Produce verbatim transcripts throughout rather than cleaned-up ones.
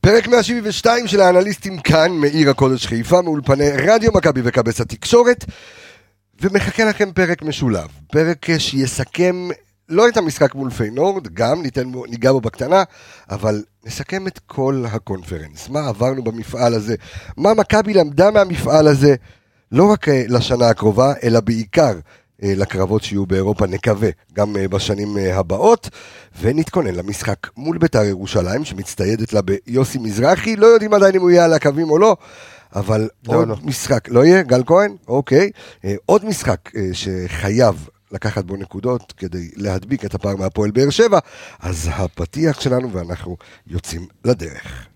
פרק מאה שבעים ושתיים של האנליסטים כאן, מעיר הקודש חיפה, מאולפני רדיו מכבי וכבש התקשורת, ומחכה לכם פרק משולב, פרק שיסכם לא את המשחק מול פיינורד, גם ניתן בו, ניגע בו בקטנה, אבל נסכם את כל הקונפרנס, מה עברנו במפעל הזה, מה מכבי למדה מהמפעל הזה, לא רק לשנה הקרובה, אלא בעיקר לקרבות שיהיו באירופה, נקווה, גם בשנים הבאות, ונתכונן למשחק מול בית"ר ירושלים, שמצטיידת לה ביוסי מזרחי, לא יודעים עדיין אם הוא יהיה על הקווים או לא, אבל לא, עוד לא. משחק, לא יהיה, גל כהן? אוקיי, עוד משחק שחייב לקחת בו נקודות, כדי להדביק את הפער מהפועל באר שבע, אז הפתיח שלנו ואנחנו יוצאים לדרך.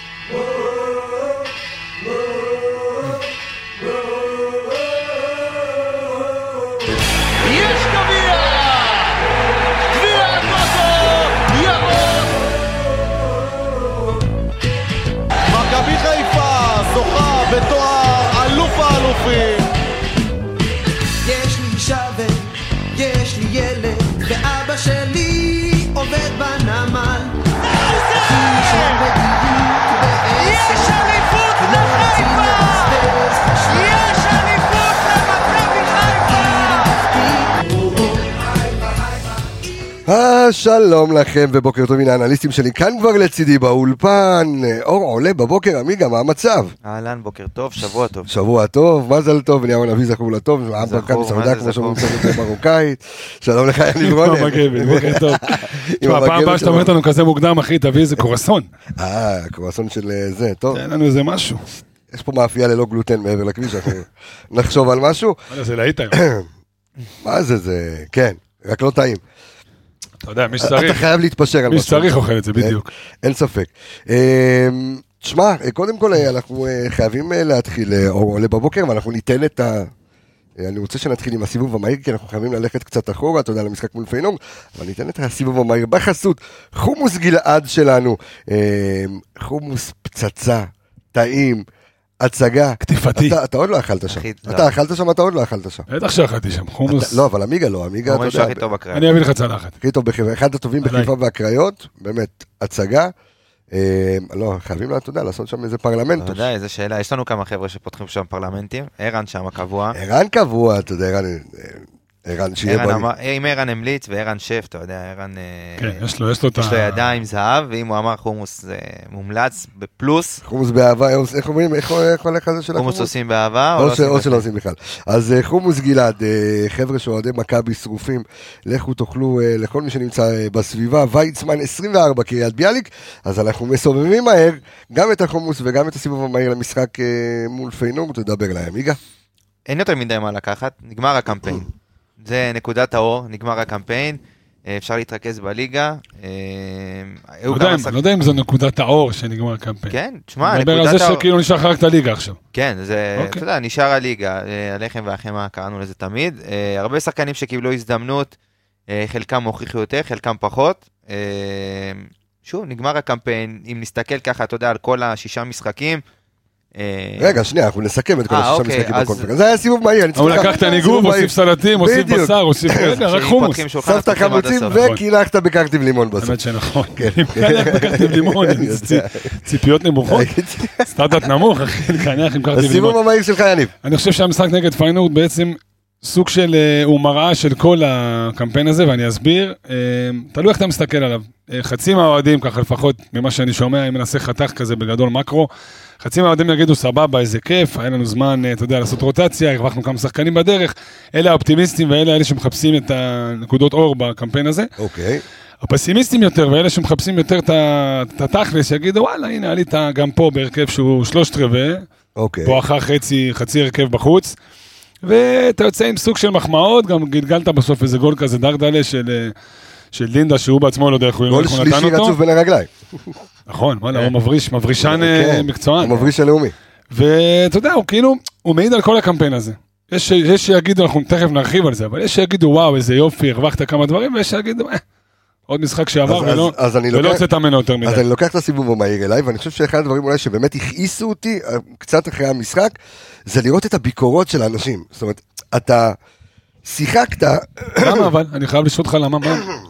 בתואר אלוף האלופים. יש לי שווה, יש לי ילד, ואבא שלי עובד בנמל. יש אליפות לחיפה! יש אליפות למכבי חיפה! שלום לכם ובוקר טוב, הנה האנליסטים שלי כאן כבר לצידי באולפן. אור עולה בבוקר, עמיגה, מה המצב? אהלן, בוקר טוב, שבוע טוב. שבוע טוב, מזל טוב, וניאמון אבי זכור לטוב, אבא כאן מסעודה כמו שאומרים צוות מרוקאית. שלום לך, יניב רונן. בוקר טוב. תשמע, הפעם הבאה שאתה אומר לנו כזה מוקדם, אחי, תביא איזה קורסון. אה, קורסון של זה, טוב. תן לנו איזה משהו. יש פה מאפייה ללא גלוטן מעבר לכביש, אנחנו נחשוב על משהו. זה להיט היום. מה זה, זה, כן, רק לא טעים. אתה יודע, מי שצריך. אתה חייב להתפשר על משהו. מי שצריך אוכל את זה, בדיוק. אין ספק. תשמע, קודם כל אנחנו חייבים להתחיל עולה בבוקר, ואנחנו ניתן את ה... אני רוצה שנתחיל עם הסיבוב המהיר, כי אנחנו חייבים ללכת קצת אחורה, אתה יודע, למשחק מול פיינורד, אבל ניתן את הסיבוב המהיר בחסות חומוס גלעד שלנו. חומוס פצצה, טעים, הצגה. כתיפתי. אתה, אתה עוד לא אכלת שם. אתה אכלת שם, אתה עוד לא אכלת שם. בטח שאכלתי שם, חומוס. לא, אבל עמיגה לא, עמיגה, אתה יודע. אני אביא לך צלחת. הכי טוב בחיפה, אחד הטובים בחיפה והקריות, באמת, הצגה. לא, חייבים, אתה יודע, לעשות שם איזה פרלמנט. אתה יודע, איזה שאלה, יש לנו כמה חבר'ה שפותחים שם פרלמנטים, ערן שם הקבוע. ערן קבוע, אתה יודע, ערן... ערן שיהיה בריא. אם ערן המליץ וערן שף, אתה יודע, ערן... כן, יש לו, יש לו את ה... יש לו ידיים זהב, ואם הוא אמר חומוס מומלץ בפלוס. חומוס באהבה, איך אומרים, איך הולך הזה של החומוס? חומוס עושים באהבה, או שלא עושים בכלל. אז חומוס גלעד, חבר'ה שאוהדי מכבי שרופים, לכו תאכלו לכל מי שנמצא בסביבה, ויצמן עשרים וארבע קריית ביאליק, אז אנחנו מסובבים מהר, גם את החומוס וגם את הסיבוב המהיר למשחק מול פיינורד, תדבר אליי, עמיגה. אין יותר מדי מה לקחת, נגמר הקמפיין. זה נקודת האור, נגמר הקמפיין, אפשר להתרכז בליגה. לא יודע אם זו נקודת האור שנגמר הקמפיין. כן, תשמע, נקודת האור. נדבר על זה שכאילו נשאר רק את הליגה עכשיו. כן, זה, אתה יודע, נשאר הליגה, הלחם והחמה, קראנו לזה תמיד. הרבה שחקנים שקיבלו הזדמנות, חלקם הוכיחו יותר, חלקם פחות. שוב, נגמר הקמפיין, אם נסתכל ככה, אתה יודע, על כל השישה משחקים, רגע, שנייה, אנחנו נסכם את כל השישה משחקים בקונפרנס. זה היה סיבוב מהיר. הוא לקח את הניגוב, הוסיף סלטים, הוסיף בשר, הוסיף... רגע, רק חומוס. שמת חמוצים וקילחת בקרטיב לימון בסוף. האמת שנכון. קילח בקרטיב לימון, ציפיות נמוכות. סטנדרט נמוך, אחי, לקנח עם קרטיב לימון. הסיבוב המהיר שלך, יניב. אני חושב שהמשחק נגד פיינורד בעצם סוג של, הוא מראה של כל הקמפיין הזה, ואני אסביר. תלוי איך אתה מסתכל עליו. חצי מהאוהדים, ככה לפחות ממה שאני שומע, אם מנסה חתך כזה בגדול מקרו, חצי מהאוהדים יגידו סבבה, איזה כיף, היה לנו זמן, אתה יודע, לעשות רוטציה, הרווחנו כמה שחקנים בדרך, אלה האופטימיסטים ואלה אלה שמחפשים את הנקודות אור בקמפיין הזה. אוקיי. הפסימיסטים יותר ואלה שמחפשים יותר את התכלס, יגידו, וואלה, הנה, עלית גם פה בהרכב שהוא שלושת רבעי, פה אחר חצי, חצי הרכב בחוץ, ואתה יוצא עם סוג של מחמאות, גם גלגלת בסוף איזה גול כזה דרדלה של... של לינדה, שהוא בעצמו לא יודע איך הוא נתן אותו. גול שלישי רצוף בין הרגליים. נכון, הוא מבריש, מברישן מקצוען. הוא מבריש הלאומי. ואתה יודע, הוא כאילו, הוא מעיד על כל הקמפיין הזה. יש שיגידו, אנחנו תכף נרחיב על זה, אבל יש שיגידו, וואו, איזה יופי, הרווחת כמה דברים, ויש שיגידו, אה, עוד משחק שעבר ולא הוצאת ממנו יותר מדי. אז אני לוקח את הסיבוב המהיר אליי, ואני חושב שאחד הדברים אולי שבאמת הכעיסו אותי, קצת אחרי המשחק, זה לראות את הביקורות של האנשים. זאת אומרת, אתה... שיחקת... למה אבל? אני חייב לשאול אותך למה,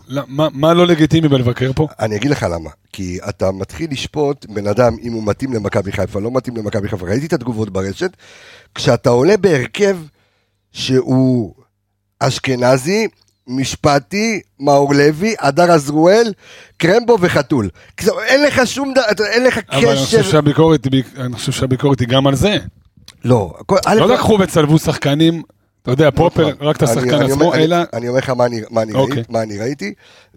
מה לא לגיטימי בלבקר פה? אני אגיד לך למה, כי אתה מתחיל לשפוט בן אדם אם הוא מתאים למכבי חיפה, לא מתאים למכבי חיפה, ראיתי את התגובות ברשת, כשאתה עולה בהרכב שהוא אשכנזי, משפטי, מאור לוי, אדר עזרואל, קרמבו וחתול. אין לך שום, אין לך קשר... אבל אני חושב שהביקורת, אני חושב שהביקורת היא גם על זה. לא. לא לקחו וצלבו שחקנים, אתה יודע, פופר, רק את השחקן עצמו, אלא... אני אומר לך מה אני ראיתי,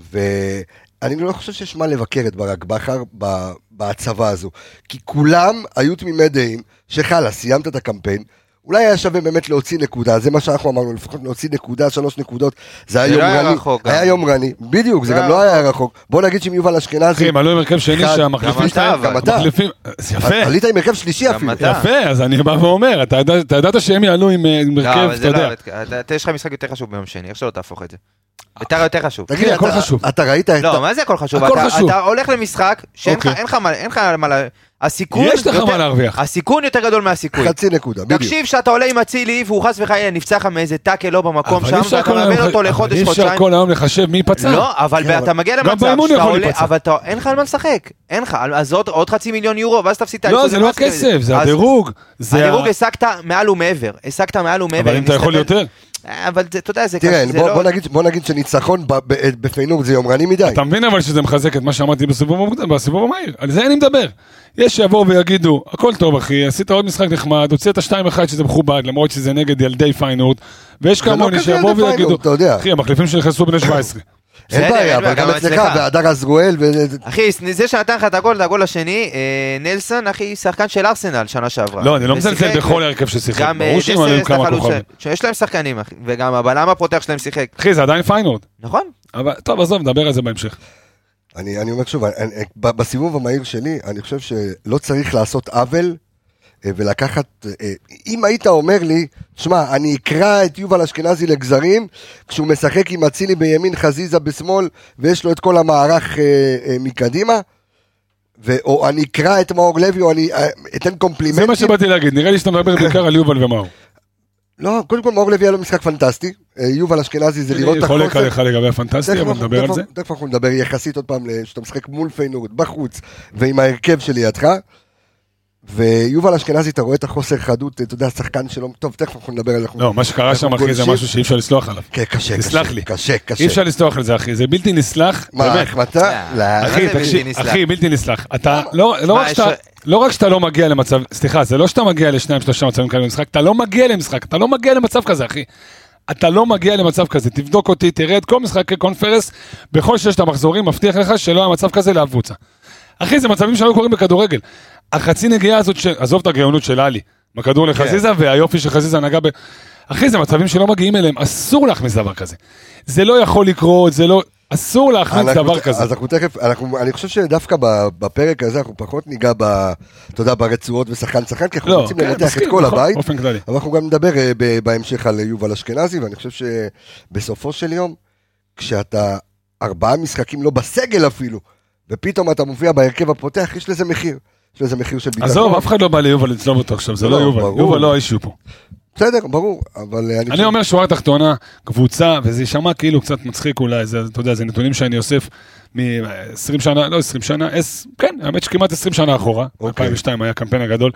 ואני לא חושב שיש מה לבקר את ברק בכר בהצבה הזו, כי כולם היו תמימי דעים, שחלה, סיימת את הקמפיין, אולי היה שווה באמת להוציא נקודה, זה מה שאנחנו אמרנו, לפחות להוציא נקודה, שלוש נקודות, זה היה יומרני, היה יומרני, בדיוק, זה גם לא היה רחוק, בוא נגיד שעם יובל אשכנזי, אחי, הם עלו עם הרכב שני שהמחליפים שלהם, גם אתה, יפה, עלית עם הרכב שלישי אפילו, יפה, אז אני בא ואומר, אתה ידעת שהם יעלו עם הרכב, אתה יודע, יש לך משחק יותר חשוב ביום שני, איך שלא תהפוך את זה, בית"ר יותר חשוב. תגיד, הכל חשוב. אתה ראית את... לא, מה זה הכל חשוב? אתה הולך למשחק שאין לך מה... הסיכון... יש לך מה להרוויח. הסיכון יותר גדול מהסיכון. חצי נקודה, בדיוק. תקשיב שאתה עולה עם הצילי, והוא חס וחלילה נפצע לך מאיזה טאקל לא במקום שם, ואתה מלמד אותו לחודש, חודשיים. אי אפשר כל היום לחשב מי פצע. לא, אבל אתה מגיע למצב שאתה עולה, אבל אין לך על מה לשחק. אין לך, אז עוד חצי מיליון יורו, ואז תפסיד את לא, זה לא הכסף, זה הדירוג. הדירוג השגת מעל ומעבר. השגת מעל ומעבר. אבל אם אתה יכול יותר. אבל אתה יודע, זה תראה, בוא, בוא, נגיד, בוא נגיד שניצחון בפיינור זה יומרני מדי. אתה מבין אבל שזה מחזק את מה שאמרתי בסיבוב המהיר, על זה אני מדבר. יש שיבואו ויגידו, הכל טוב אחי, עשית עוד משחק נחמד, הוצאת שתיים אחד שזה מכובד, למרות שזה נגד ילדי פיינור, ויש כמוני שיבואו ויגידו, אחי, המחליפים שנכנסו בני שבע עשרה. אין בעיה, אבל גם אצלך, והדר עזרואל אחי, זה שנתן לך את הגול, את הגול השני, נלסון, אחי, שחקן של ארסנל שנה שעברה. לא, אני לא מזלזל בכל הרכב ששיחק, ברור שהם עליהם כמה כוכבים. שיש להם שחקנים, אחי, וגם הבלם הפותח שלהם שיחק. אחי, זה עדיין פיינורד. נכון. טוב, עזוב, נדבר על זה בהמשך. אני אומר שוב, בסיבוב המהיר שלי, אני חושב שלא צריך לעשות עוול, ולקחת, אם היית אומר לי, תשמע, אני אקרא את יובל אשכנזי לגזרים, כשהוא משחק עם אצילי בימין, חזיזה בשמאל, ויש לו את כל המערך מקדימה, או אני אקרא את מאור לוי, או אני אתן קומפלימנטים. זה מה שבאתי להגיד, נראה לי שאתה מדבר בעיקר על יובל ומאור. לא, קודם כל מאור לוי היה לו משחק פנטסטי, יובל אשכנזי זה לראות את החוסר. אני חולק עליך לגבי הפנטסטי, אבל נדבר על זה. תכף אנחנו נדבר יחסית עוד פעם, שאתה משחק מול פיינורד, בחוץ, ועם ההרכב שלידך, ויובל אשכנזי, אתה רואה את החוסר חדות, אתה יודע, השחקן שלו, טוב, תכף אנחנו נדבר עליו. לא, מה שקרה שם, אחי, זה משהו שאי אפשר לסלוח עליו. כן, קשה, קשה, קשה. אי אפשר לסלוח על זה, אחי, זה בלתי נסלח. מה, החמתה? אחי, תקשיב, אחי, בלתי נסלח. אתה, לא רק שאתה לא מגיע למצב, סליחה, זה לא שאתה מגיע לשניים, שלושה מצבים כאלה במשחק, אתה לא מגיע למשחק, אתה לא מגיע למצב כזה, אחי. אתה לא מגיע למצב כזה, תבדוק אותי, תראה את כל משחקי קונפרנס, בכל ששת המחזורים, מבטיח לך שלא היה מצב כזה להבוצה. אחי, זה מצבים שלא קוראים בכדורגל. החצי נגיעה הזאת, עזוב את הגאונות של אלי, בכדור לחזיזה, והיופי שחזיזה נגע ב... אחי, זה מצבים שלא מגיעים אליהם, אסור להכניס דבר כזה. זה לא יכול לקרות, זה לא... אסור להכניס דבר כזה. אז אנחנו תכף, אני חושב שדווקא בפרק הזה, אנחנו פחות ניגע ב... אתה יודע, ברצועות ושחקן שחקן, כי אנחנו רוצים לנתח את כל הבית, אבל אנחנו גם נדבר בהמשך על יובל אשכנזי, ואני חושב שבסופו של יום, כשאתה ארבעה משחקים לא בסגל אפילו, ופתאום אתה מופיע בהרכב הפותח, יש לזה מחיר. יש לזה מחיר של ביטחון. עזוב, אף אחד לא בא ליובל לצלוב אותו עכשיו, זה לא יובל. יובל לא האישו פה. בסדר, ברור, אבל... אני אומר שורה תחתונה, קבוצה, וזה יישמע כאילו קצת מצחיק אולי, אתה יודע, זה נתונים שאני אוסף מ-עשרים שנה, לא עשרים שנה, כן, האמת שכמעט עשרים שנה אחורה, אלפיים ושתיים היה הקמפיין הגדול,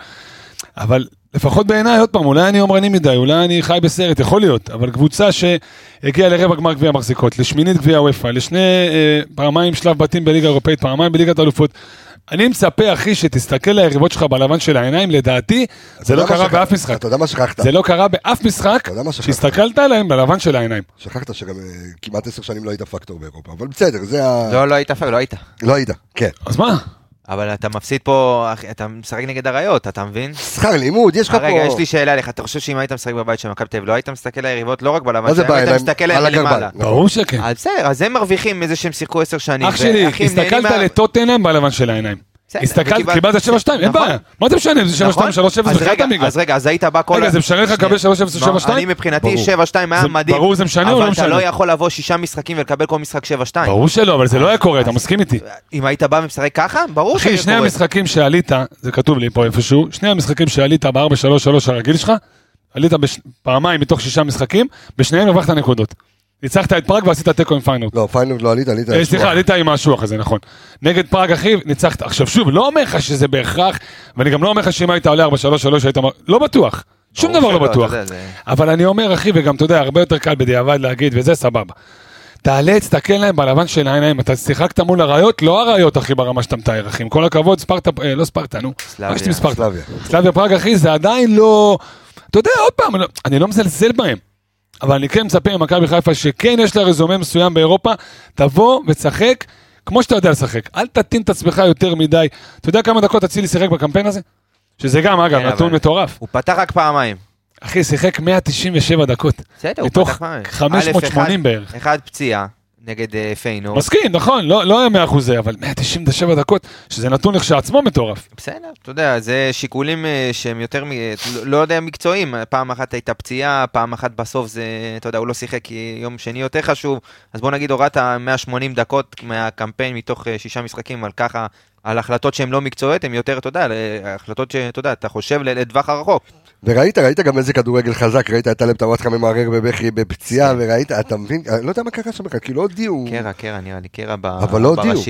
אבל לפחות בעיניי, עוד פעם, אולי אני יומרני מדי, אולי אני חי בסרט, יכול להיות, אבל קבוצה שהגיעה לרבע גמר גביע המחזיקות, לשמינית גביע וופא, לשני פעמיים שלב בתים בליגה האירופאית, פעמיים בליגת האלופות, אני מצפה, אחי, שתסתכל ליריבות שלך בלבן של העיניים, לדעתי, זה לא קרה באף משחק. אתה יודע מה שכחת? זה לא קרה באף משחק, שהסתכלת עליהם בלבן של העיניים. שכחת שגם כמעט עשר שנים לא היית פקטור באירופה, אבל בסדר, זה ה... לא, לא היית פקטור, לא היית. לא היית, כן. אז מה? אבל אתה מפסיד פה, אתה משחק נגד הריות, אתה מבין? שכר לימוד, יש לך פה... רגע, יש לי שאלה לך, אתה חושב שאם היית משחק בבית של מכבי תל אביב, לא היית מסתכל ליריבות לא רק בלבן שלהם, היית מסתכל להם למעלה. ברור שכן. אז בסדר, אז הם מרוויחים איזה שהם שיחקו עשר שנים. אח שלי, הסתכלת לטוטנהאם בלבן של העיניים. הסתכלת, קיבלת שבע שתיים, אין בעיה. מה אתה משנה? זה שבע שתיים, שלוש אפס, זה חד המיגה. אז רגע, אז היית בא כל... רגע, זה משנה לך לקבל שלוש אפס ושבע שתיים? אני מבחינתי שבע שתיים היה מדהים. ברור, זה משנה או לא משנה? אבל אתה לא יכול לבוא שישה משחקים ולקבל כל משחק שבע שתיים. ברור שלא, אבל זה לא היה קורה, אתה מסכים איתי. אם היית בא ומשחק ככה, ברור אחי, שני המשחקים שעלית, זה כתוב לי פה איפשהו, שני המשחקים שעלית ב-ארבע שלוש שלוש הרגיל שלך, עלית בש... פעמיים מתוך שישה משחקים, בשניהם הרווחת נקודות. ניצחת את פראג ועשית תיקו עם פיינורד. לא, פיינורד לא עלית, עלית... אה, סליחה, עלית עם השוח הזה, נכון. נגד פראג, אחי, ניצחת. עכשיו שוב, לא אומר לך שזה בהכרח, ואני גם לא אומר לך שאם היית עולה ארבע שלוש שלוש, היית... לא בטוח. שום דבר לא בטוח. אבל אני אומר, אחי, וגם אתה יודע, הרבה יותר קל בדיעבד להגיד, וזה סבבה. תעלה, תסתכל להם בלבן של העיניים, אתה שיחקת מול הראיות, לא הראיות, אחי, ברמה שאתה מתאר, אחי. עם כל הכבוד, ספרטה, אה, לא ספרטה, נו. סלאביה. סלאביה. סלאביה פראג, אחי, זה עדיין לא... אתה יודע, עוד פעם, אני לא מזלזל בהם. אבל אני כן מצפה ממכבי חיפה שכן יש לה רזומה מסוים באירופה, תבוא וצחק כמו שאתה יודע לשחק. אל תתין את עצמך יותר מדי. אתה יודע כמה דקות אצילי שיחק בקמפיין הזה? שזה גם, אגב, נתון מטורף. הוא פתח רק פעמיים. אחי, שיחק מאה תשעים ושבע דקות. בסדר, הוא פתח פעמיים. מתוך חמש מאות ושמונים בערך. אחד פציעה נגד פיינורד. מסכים, נכון, לא, לא היה מאה אחוז, אבל מאה תשעים ושבע דקות, שזה נתון לכשעצמו מטורף. בסדר, אתה יודע, זה שיקולים שהם יותר, לא יודע, מקצועיים. פעם אחת הייתה פציעה, פעם אחת בסוף זה, אתה יודע, הוא לא שיחק כי יום שני יותר חשוב, אז בוא נגיד, הורדת מאה ושמונים דקות מהקמפיין מתוך שישה משחקים, על ככה, על החלטות שהן לא מקצועיות, הן יותר, אתה יודע, החלטות שאתה יודע, אתה חושב לטווח הרחוק. וראית, ראית גם איזה כדורגל חזק, ראית את טלב טוואטחה ממערער בבכי בפציעה, וראית, אתה מבין, לא יודע מה קרה שם, כי לא הודיעו. קרע, קרע, נראה לי, קרע אבל לא הודיעו.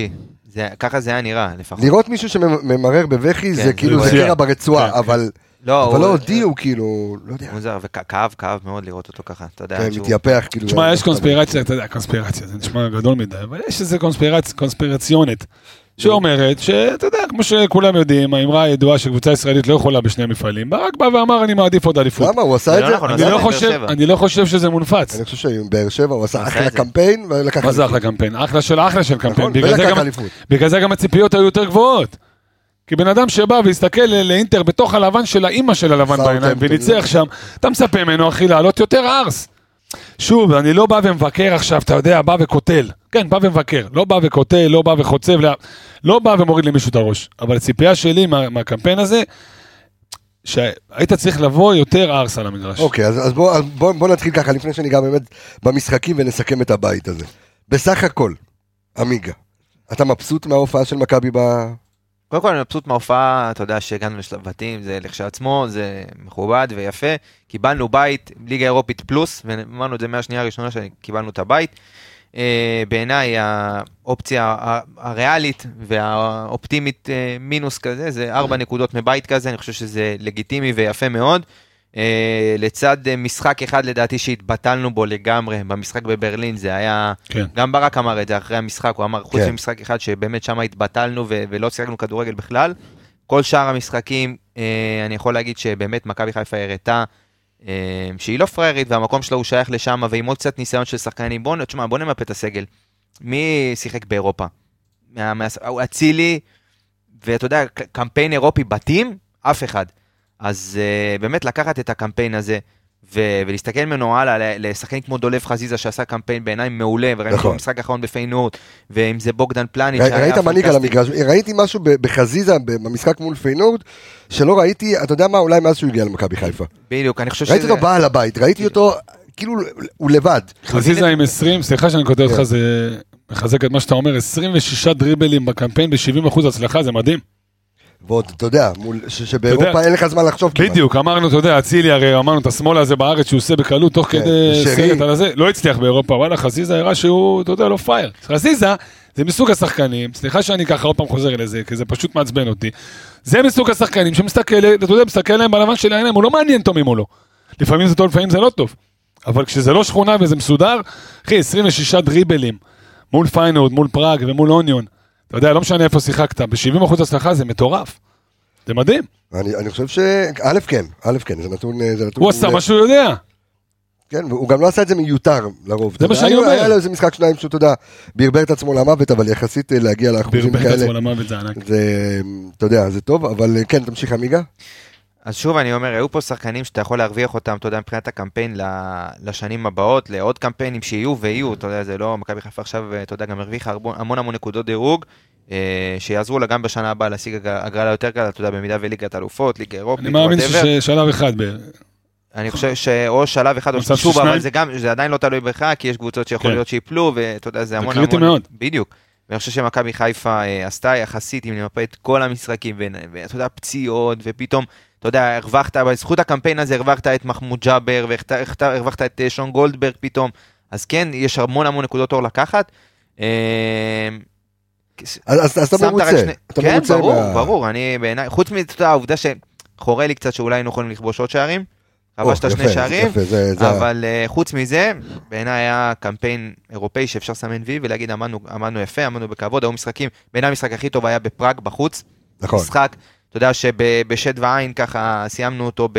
ככה זה היה נראה, לפחות. לראות מישהו שממערער בבכי, זה כאילו, זה קרע ברצועה, אבל לא הודיעו, כאילו, לא יודע. מוזר, וכאב, כאב מאוד לראות אותו ככה, אתה יודע. כן, מתייפח, כאילו. תשמע, יש קונספירציה, אתה יודע, קונספירציה, זה נשמע גדול מדי, אבל יש איזה קונספירציונית. שאומרת, שאתה יודע, כמו שכולם יודעים, האמרה הידועה שקבוצה ישראלית לא יכולה בשני המפעלים, ברק בא ואמר, אני מעדיף עוד אליפות. למה? הוא עשה את זה? אני לא חושב שזה מונפץ. אני חושב שבאר שבע הוא עשה אחלה קמפיין, ולקח אליפות. מה זה אחלה קמפיין? אחלה של אחלה של קמפיין. ולקח אליפות. בגלל זה גם הציפיות היו יותר גבוהות. כי בן אדם שבא והסתכל לאינטר בתוך הלבן של האימא של הלבן בעיניים, וניצח שם, אתה מצפה ממנו, אחי, לעלות יותר ארס. שוב, אני לא בא ומבקר עכשיו, אתה יודע, בא וקוטל. כן, בא ומבקר. לא בא וקוטל, לא בא וחוצב, לא, לא בא ומוריד למישהו את הראש. אבל הציפייה שלי מה, מהקמפיין הזה, שהיית צריך לבוא יותר ארס על המגרש. אוקיי, אז, אז בוא, בוא, בוא נתחיל ככה, לפני שאני גם באמת במשחקים ונסכם את הבית הזה. בסך הכל, אמיגה, אתה מבסוט מההופעה של מכבי ב... קודם כל אני מבסוט מההופעה, אתה יודע שהגענו לשלב בתים, זה לכשעצמו, זה מכובד ויפה, קיבלנו בית, ליגה אירופית פלוס, ואמרנו את זה מהשנייה הראשונה שקיבלנו את הבית, בעיניי האופציה הריאלית והאופטימית מינוס כזה, זה ארבע נקודות מבית כזה, אני חושב שזה לגיטימי ויפה מאוד, לצד משחק אחד לדעתי שהתבטלנו בו לגמרי, במשחק בברלין זה היה, כן. גם ברק אמר את זה אחרי המשחק, הוא אמר חוץ כן. ממשחק אחד שבאמת שם התבטלנו ו- ולא שיחקנו כדורגל בכלל, כל שאר המשחקים אני יכול להגיד שבאמת מכבי חיפה הראתה שהיא לא פריירית והמקום שלה הוא שייך לשם ועם עוד קצת ניסיון של שחקנים, בוא, תשמע, בוא נמפה את הסגל, מי שיחק באירופה? אצילי, ואתה יודע, קמפיין אירופי בתים, אף אחד. אז uh, באמת לקחת את הקמפיין הזה, ו- ולהסתכל ממנו הלאה, לשחקן כמו דולב חזיזה שעשה קמפיין בעיניים מעולה, וראיתי נכון. במשחק האחרון בפיינורד, ואם זה בוגדן פלניץ' ר- ראית מנהיג על המגרש, ראיתי משהו בחזיזה במשחק מול פיינורד, שלא ראיתי, אתה יודע מה, אולי מאז שהוא הגיע למכבי חיפה. בדיוק, אני חושב שזה... ראיתי אותו בעל הבית, ראיתי אותו, כאילו, הוא לבד. חזיזה עם עשרים, סליחה שאני כותב אותך, זה מחזק את מה שאתה אומר, עשרים ושישה דריבלים בקמפיין ב-שבעים אחוז הצלחה, זה מדהים. ועוד, אתה יודע, שבאירופה אין לך זמן לחשוב כמעט. בדיוק, אמרנו, אתה יודע, אצילי, הרי אמרנו את השמאלה הזה בארץ שהוא עושה בקלות תוך כדי סרט על הזה, לא הצליח באירופה, וואלה, חזיזה הראה שהוא, אתה יודע, לא פייר. חזיזה, זה מסוג השחקנים, סליחה שאני ככה עוד פעם חוזר לזה, כי זה פשוט מעצבן אותי, זה מסוג השחקנים שמסתכל, אתה יודע, מסתכל להם בלבן של העיניים, הוא לא מעניין טוב ממנו, לפעמים זה טוב, לפעמים זה לא טוב, אבל כשזה לא שכונה וזה מסודר, אחי, עשרים ושישה דריבלים, מול פיינורד, מול פראג ומול אוניון, אתה יודע, לא משנה איפה שיחקת, ב-שבעים אחוז הצלחה זה מטורף. זה מדהים. אני, אני חושב ש... א' כן, א' כן, זה נתון... זה נתון הוא עשה מה שהוא יודע. כן, והוא גם לא עשה את זה מיותר לרוב. זה מה שאני אומר. היה לו איזה משחק שניים שהוא, אתה יודע, ברבר את עצמו למוות, אבל יחסית להגיע לאחוזים כאלה. ברבר את עצמו למוות זה ענק. זה, אתה יודע, זה טוב, אבל כן, תמשיך אמיגה. אז שוב אני אומר, היו פה שחקנים שאתה יכול להרוויח אותם, אתה יודע, מבחינת הקמפיין לשנים הבאות, לעוד קמפיינים שיהיו ויהיו, אתה יודע, זה לא, מכבי חיפה עכשיו, אתה יודע, גם הרוויחה המון המון נקודות דירוג, שיעזרו לה גם בשנה הבאה להשיג הגרלה יותר קלה, אתה יודע, במידה וליגת אלופות, ליגה אירופית. אני מאמין ששלב אחד ב... אני חושב שאו שלב אחד או שוב, אבל זה גם, זה עדיין לא תלוי בך, כי יש קבוצות שיכול להיות שיפלו, ואתה יודע, זה המון המון... בדיוק. ואני חושב שמכבי חיפה עשתה יחסית, אם נמפה את כל המשחקים, ואתה יודע, פציעות, ופתאום, אתה יודע, הרווחת, בזכות הקמפיין הזה, הרווחת את מחמוד ג'אבר, והרווחת את שון גולדברג פתאום, אז כן, יש המון המון נקודות אור לקחת. אז אתה מרוצה. כן, ברור, ברור, אני בעיניי, חוץ מהעובדה שחורה לי קצת שאולי היינו יכולים לכבוש עוד שערים, כבשת שני שערים, אבל חוץ מזה, בעיניי היה קמפיין אירופאי שאפשר לסמן וי ולהגיד, עמדנו יפה, עמדנו בכבוד, היו משחקים, בעיניי המשחק הכי טוב היה בפראג, בחוץ, משחק, אתה יודע שבשד ועין ככה סיימנו אותו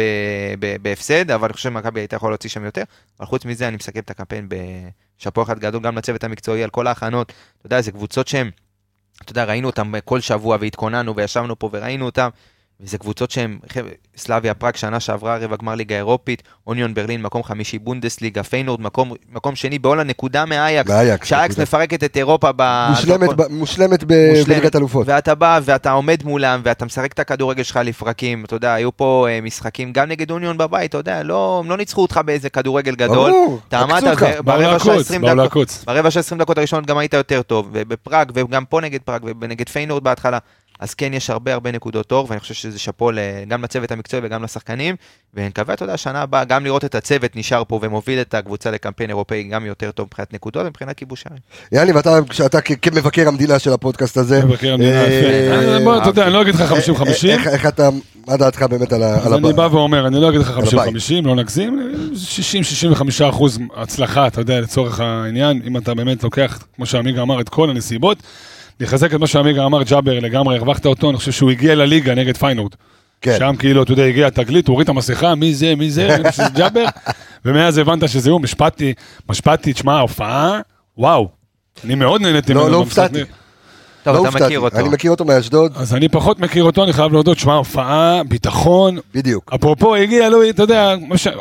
בהפסד, אבל אני חושב שמכבי הייתה יכולה להוציא שם יותר, אבל חוץ מזה אני מסכם את הקמפיין בשפו אחד גדול, גם לצוות המקצועי על כל ההכנות, אתה יודע, זה קבוצות שהן, אתה יודע, ראינו אותם כל שבוע והתכוננו וישבנו פה וראינו אותם, וזה קבוצות שהן, סלאביה פראג שנה שעברה, רבע גמר ליגה אירופית, אוניון ברלין, מקום חמישי בונדסליגה, פיינורד, מקום, מקום שני בעולה נקודה מאייקס, שאייקס מפרקת את אירופה ב... מושלמת, ב... מושלמת בליגת אלופות. ואתה בא ואתה עומד מולם, ואתה משחק את הכדורגל שלך לפרקים, אתה יודע, היו פה משחקים גם נגד אוניון בבית, אתה יודע, לא, לא ניצחו אותך באיזה כדורגל גדול, אתה עמדת ברבע של עשרים דקות, ברבע של עשרים דקות הראשונות גם היית יותר טוב, ובפראג, וגם פה נגד פראג, ונגד פיינורד בהתחלה. אז כן, יש הרבה הרבה נקודות אור, ואני חושב שזה שפו גם לצוות המקצועי וגם לשחקנים, ונקווה, אתה יודע, שנה הבאה, גם לראות את הצוות נשאר פה ומוביל את הקבוצה לקמפיין אירופאי גם יותר טוב מבחינת נקודות ומבחינת כיבוש שערים. יאני, ואתה כמבקר המדינה של הפודקאסט הזה... מבקר המדינה, יפה. בוא, אתה יודע, אני לא אגיד לך חמישים חמישים. איך אתה, מה דעתך באמת על ה... אז אני בא ואומר, אני לא אגיד לך חמישים חמישים, לא נגזים, שישים שישים וחמישה אחוז הצלחה, אתה יודע, לצורך העניין, אם אתה באמת לוקח, כמו שעמיגה אמר, את כל הנסיבות, לחזק את מה שעמיגה אמר, ג'אבר לגמרי, הרווחת אותו, אני חושב שהוא הגיע לליגה נגד פיינורד. כן. שם כאילו, אתה יודע, הגיע התגלית, הוא הוריד את המסכה, מי זה, מי זה, שזה ג'אבר, ומאז הבנת שזה הוא, משפטי, משפטי, תשמע, הופעה, וואו, אני מאוד נהניתי. לא, לא הופתעתי. טוב, אתה מכיר אותו. אני מכיר אותו מאשדוד. אז אני פחות מכיר אותו, אני חייב להודות, תשמע, הופעה, ביטחון. בדיוק. אפרופו, הגיע, לא, אתה יודע,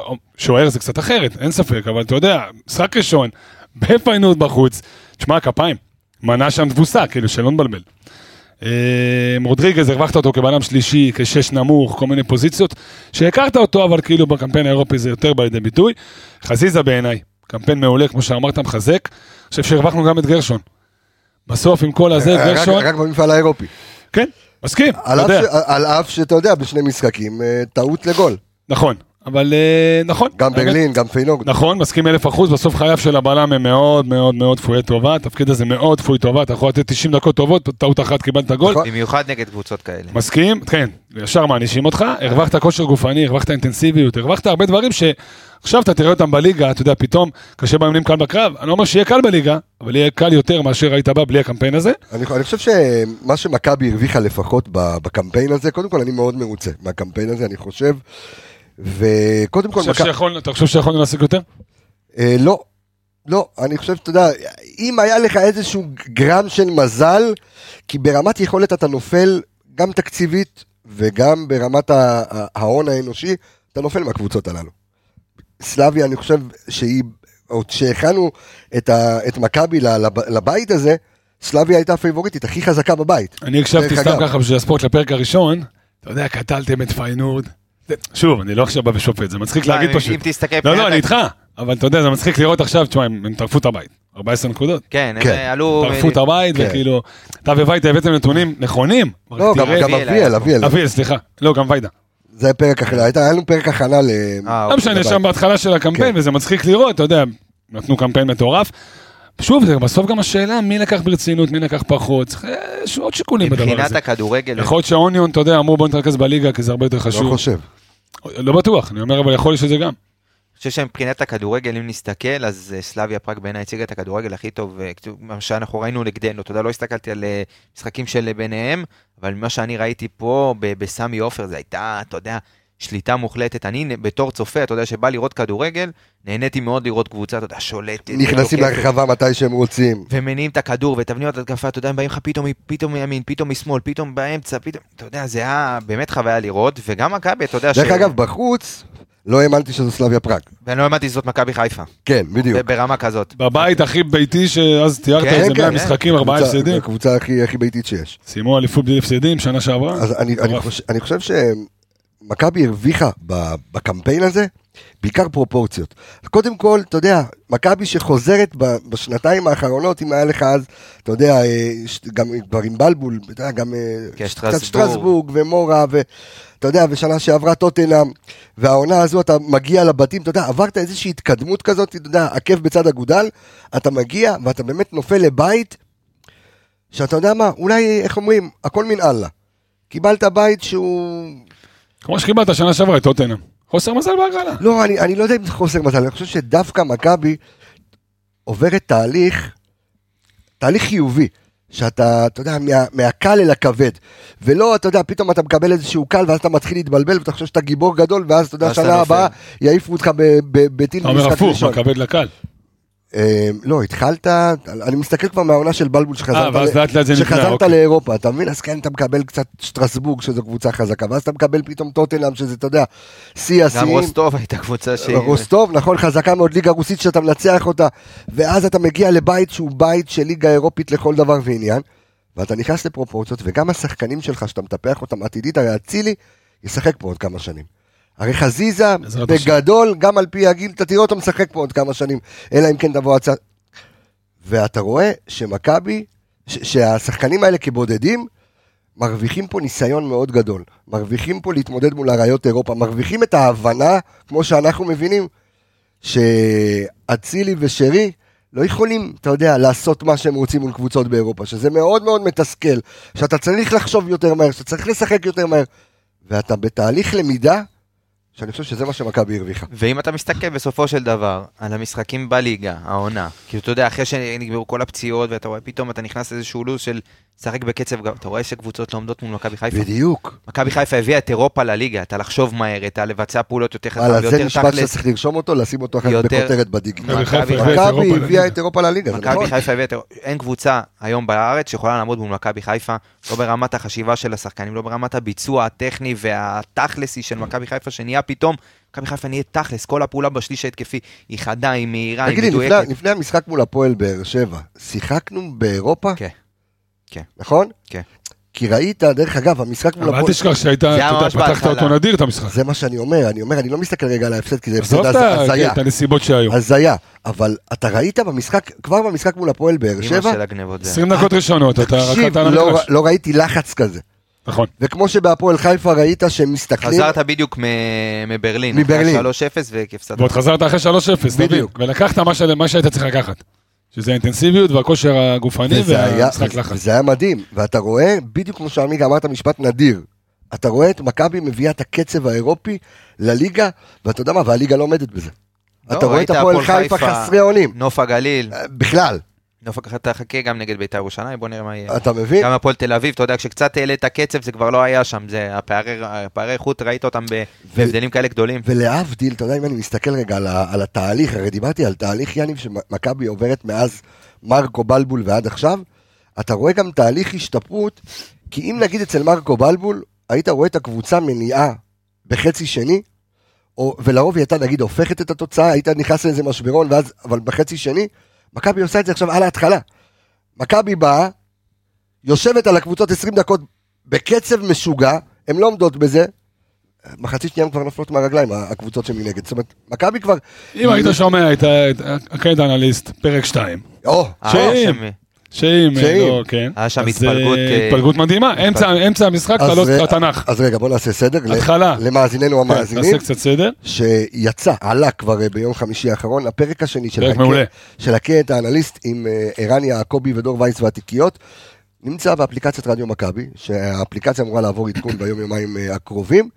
שוער זה קצת אחרת, אין ספק, אבל אתה יודע, משחק ראשון, בפיינורד בחוץ, תשמע, כפיים. מנה שם תבוסה, כאילו, שלא נבלבל. רודריגז, הרווחת אותו כבלם שלישי, כשש נמוך, כל מיני פוזיציות, שהכרת אותו, אבל כאילו בקמפיין האירופי זה יותר בא לידי ביטוי. חזיזה בעיניי, קמפיין מעולה, כמו שאמרת, מחזק. אני חושב שהרווחנו גם את גרשון. בסוף, עם כל הזה, גרשון... רק במפעל האירופי. כן, מסכים. על אף שאתה יודע, בשני משחקים, טעות לגול. נכון. אבל נכון. גם ברלין, גם פיינורד. נכון, מסכים אלף אחוז, בסוף חייו של הבלם הם מאוד מאוד מאוד פויי טובה, התפקיד הזה מאוד פוי טובה, אתה יכול לתת תשעים דקות טובות, טעות אחת קיבלת גול. במיוחד נגד קבוצות כאלה. מסכים, כן, ישר מענישים אותך, הרווחת כושר גופני, הרווחת אינטנסיביות, הרווחת הרבה דברים שעכשיו אתה תראה אותם בליגה, אתה יודע, פתאום קשה באמנים קל בקרב, אני לא אומר שיהיה קל בליגה, אבל יהיה קל יותר מאשר היית בא בלי הקמפיין הזה. אני חושב שמה שמכבי הרוויחה לפחות בקמפיין הזה, קודם כל אני מאוד מרוצה מהקמפיין הזה, אני חושב וקודם כל... אתה חושב שיכולנו להשיג יותר? לא, לא, אני חושב, אתה יודע, אם היה לך איזשהו גרם של מזל, כי ברמת יכולת אתה נופל גם תקציבית, וגם ברמת ההון האנושי, אתה נופל מהקבוצות הללו. סלאביה, אני חושב שהיא, עוד שהכנו את מכבי לבית הזה, סלאביה הייתה הפייבוריטית הכי חזקה בבית. אני הקשבתי סתם ככה בשביל הספורט לפרק הראשון, אתה יודע, קטלתם את פיינורד, שוב, אני לא עכשיו בא ושופט, זה מצחיק להגיד פשוט. אם תסתכל... לא, לא, אני איתך, אבל אתה יודע, זה מצחיק לראות עכשיו, תשמע, הם טרפו את הבית, ארבע עשרה נקודות. כן, הם עלו... טרפו את הבית, וכאילו, אתה וויידה הבאתם נתונים נכונים. לא, גם אביאל, אביאל. אביאל, סליחה. לא, גם ויידה. זה פרק אחר, היה לנו פרק הכנה ל... לא משנה, שם בהתחלה של הקמפיין, וזה מצחיק לראות, אתה יודע, נתנו קמפיין מטורף. שוב, זה בסוף גם השאלה, מי לקח ברצינות, מי לקח פחות, יש עוד שיקולים בדבר הזה. מבחינת הכדורגל... יכול להיות שהאוניון, אתה יודע, אמרו בוא נתרכז בליגה, כי זה הרבה יותר חשוב. לא חושב. לא בטוח, אני אומר, אבל יכול להיות שזה גם. אני חושב שמבחינת הכדורגל, אם נסתכל, אז סלאביה פראג בעיניי הציגה את הכדורגל הכי טוב, מה שאנחנו ראינו נגדנו, אתה יודע, לא הסתכלתי על משחקים של ביניהם, אבל מה שאני ראיתי פה בסמי עופר, זה הייתה, אתה יודע, שליטה מוחלטת. אני בתור צופה, אתה יודע, שבא לראות כדורגל, נהניתי מאוד לראות קבוצה, אתה יודע, שולטת. נכנסים לרחבה מתי שהם רוצים. ומניעים את הכדור, ותבניעות את התקפה, אתה יודע, הם באים לך פתאום, פתאום מימין, פתאום משמאל, פתאום באמצע, פתאום, אתה יודע, זה היה באמת חוויה לראות, וגם מכבי, אתה יודע ש... דרך אגב, בחוץ, לא האמנתי שזו סלאביה פראג. ואני לא האמנתי שזאת מכבי חיפה. כן, בדיוק. ברמה כזאת. בבית הכי ביתי שאז תיארת את זה, מאה משחקים, ארבעה הפסדים. הקבוצה הכי ביתית שיש. סיימו אליפות בלי הפסדים, שנה שעברה. אז אני חושב שמכבי הרוויחה בקמפיין הזה, בעיקר פרופורציות. קודם כל, אתה יודע, מכבי שחוזרת בשנתיים האחרונות, אם היה לך אז, אתה יודע, גם כבר עם בלבול, אתה יודע, גם קצת שטרסבורג ומורה, ואתה יודע, ושנה שעברה טוטנהאם, והעונה הזו אתה מגיע לבתים, אתה יודע, עברת איזושהי התקדמות כזאת, אתה יודע, עקב בצד הגודל, אתה מגיע ואתה באמת נופל לבית, שאתה יודע מה, אולי, איך אומרים, הכל מן אללה. קיבלת בית שהוא... כמו שקיבלת שנה שעברה את טוטנהאם. חוסר מזל בהגרלה. לא, אני, אני לא יודע אם זה חוסר מזל, אני חושב שדווקא מכבי עוברת תהליך, תהליך חיובי, שאתה, אתה יודע, מה, מהקל אל הכבד, ולא, אתה יודע, פתאום אתה מקבל איזשהו קל, ואז אתה מתחיל להתבלבל, ואתה חושב שאתה גיבור גדול, ואז אתה יודע, שנה הבאה יעיפו אותך בטיל משחק ראשון. אתה אומר הפוך, מהכבד לקל. לא, התחלת, אני מסתכל כבר מהעונה של בלבול שחזרת לאירופה, אתה מבין? אז כן, אתה מקבל קצת שטרסבורג, שזו קבוצה חזקה, ואז אתה מקבל פתאום טוטנהאם, שזה, אתה יודע, שיא השיאים. גם רוסטוב הייתה קבוצה שהיא... רוסטוב, נכון, חזקה מאוד, ליגה רוסית שאתה מנצח אותה, ואז אתה מגיע לבית שהוא בית של ליגה אירופית לכל דבר ועניין, ואתה נכנס לפרופורציות, וגם השחקנים שלך, שאתה מטפח אותם עתידית, הרי אצילי ישחק פה עוד כמה שנים. הרי חזיזה בגדול, גם על פי הגיל, אתה תראה אותו משחק פה עוד כמה שנים, אלא אם כן תבוא הצעה. ואתה רואה שמכבי, שהשחקנים האלה כבודדים, מרוויחים פה ניסיון מאוד גדול, מרוויחים פה להתמודד מול הראיות אירופה, מרוויחים את ההבנה, כמו שאנחנו מבינים, שאצילי ושרי לא יכולים, אתה יודע, לעשות מה שהם רוצים מול קבוצות באירופה, שזה מאוד מאוד מתסכל, שאתה צריך לחשוב יותר מהר, שאתה צריך לשחק יותר מהר, ואתה בתהליך למידה, שאני חושב שזה מה שמכבי הרוויחה. ואם אתה מסתכל בסופו של דבר על המשחקים בליגה, העונה, כי אתה יודע, אחרי שנגמרו כל הפציעות, ואתה רואה פתאום, אתה נכנס לאיזשהו לוז של שחק בקצב, אתה רואה שקבוצות לא עומדות מול מכבי חיפה. בדיוק. מכבי חיפה הביאה את אירופה לליגה, אתה לחשוב מהר, אתה לבצע פעולות יותר חזק, יותר תכלס. זה משפט שצריך לרשום אותו, לשים אותו אחת בכותרת בדיג. מכבי הביאה את אירופה לליגה. מכבי חיפה הביאה את אירופה. אין קבוצה היום בארץ שיכולה לעמוד מול מכבי חיפה, לא ברמת החשיבה של השחקנים, לא ברמת הביצוע הטכני והתכלסי של מכבי חיפה, שנהיה פתאום, מכבי חיפה נהיה תכלס, כל הפעולה בשליש ההתקפי היא חדה, היא מהירה, היא מדויקת. תגידי, לפני המשחק מול הפועל באר שבע, שיחקנו באירופה? כן. כן. נכון? כן. כי ראית, דרך אגב, המשחק מול הפועל... אבל תשכח שהיית, אתה יודע, פתחת אותו נדיר את המשחק. זה מה שאני אומר, אני אומר, אני לא מסתכל רגע על ההפסד, כי זה הפסד הזיה. את הנסיבות שהיו. הזיה, אבל אתה ראית במשחק, כבר במשחק מול הפועל באר שבע, עשרים דקות ראשונות, אתה רקעת על המגרש. לא ראיתי לחץ כזה. נכון. וכמו שבהפועל חיפה ראית שהם מסתכלים... חזרת בדיוק מברלין. מברלין. שלוש אפס וכפסדת. ועוד חזרת אחרי שלוש אפס. בדיוק. ולקחת מה שהיית צריך לקחת. שזה האינטנסיביות והכושר הגופני והמשחק לחץ. וזה היה מדהים. ואתה רואה, בדיוק כמו שעמיגה אמרת משפט נדיר, אתה רואה את מכבי מביאה את הקצב האירופי לליגה, ואתה יודע מה, והליגה לא עומדת בזה. אתה רואה את הפועל חיפה חסרי אונים. נוף הגליל. בכלל. נוף אתה חכה גם נגד בית"ר ירושלים, בוא נראה מה יהיה. אתה מבין? גם הפועל תל אביב, אתה יודע, כשקצת העלה את הקצב, זה כבר לא היה שם, זה הפערי איכות, ראית אותם בהבדלים כאלה גדולים. ולהבדיל, אתה יודע, אם אני מסתכל רגע על התהליך, הרי דיברתי על תהליך יניב שמכבי עוברת מאז מרקו בלבול ועד עכשיו, אתה רואה גם תהליך השתפרות, כי אם נגיד אצל מרקו בלבול, היית רואה את הקבוצה מניעה בחצי שני, ולרוב היא הייתה נגיד הופכת את התוצאה, היית נכנס לאיזה משברון, ואז, אבל בחצי שני, מכבי עושה את זה עכשיו על ההתחלה. מכבי באה, יושבת על הקבוצות עשרים דקות בקצב משוגע, הן לא עומדות בזה, מחצית שנייה כבר נופלות מהרגליים, הקבוצות שמנגד. זאת אומרת, מכבי כבר... אם היית שומע את הקטע אנליסט, פרק שתיים. או, שאם, שאם, לא, כן. היה שם התפלגות... התפלגות מדהימה, אמצע המשחק, תעלות התנ"ך. אז רגע, בוא נעשה סדר. התחלה. למאזיננו המאזינים. נעשה קצת סדר. שיצא, עלה כבר ביום חמישי האחרון, הפרק השני של הקטע האנליסט עם ערן יעקבי ודור וייס והתיקיות, נמצא באפליקציית רדיו מכבי, שהאפליקציה אמורה לעבור עדכון ביום יומיים הקרובים,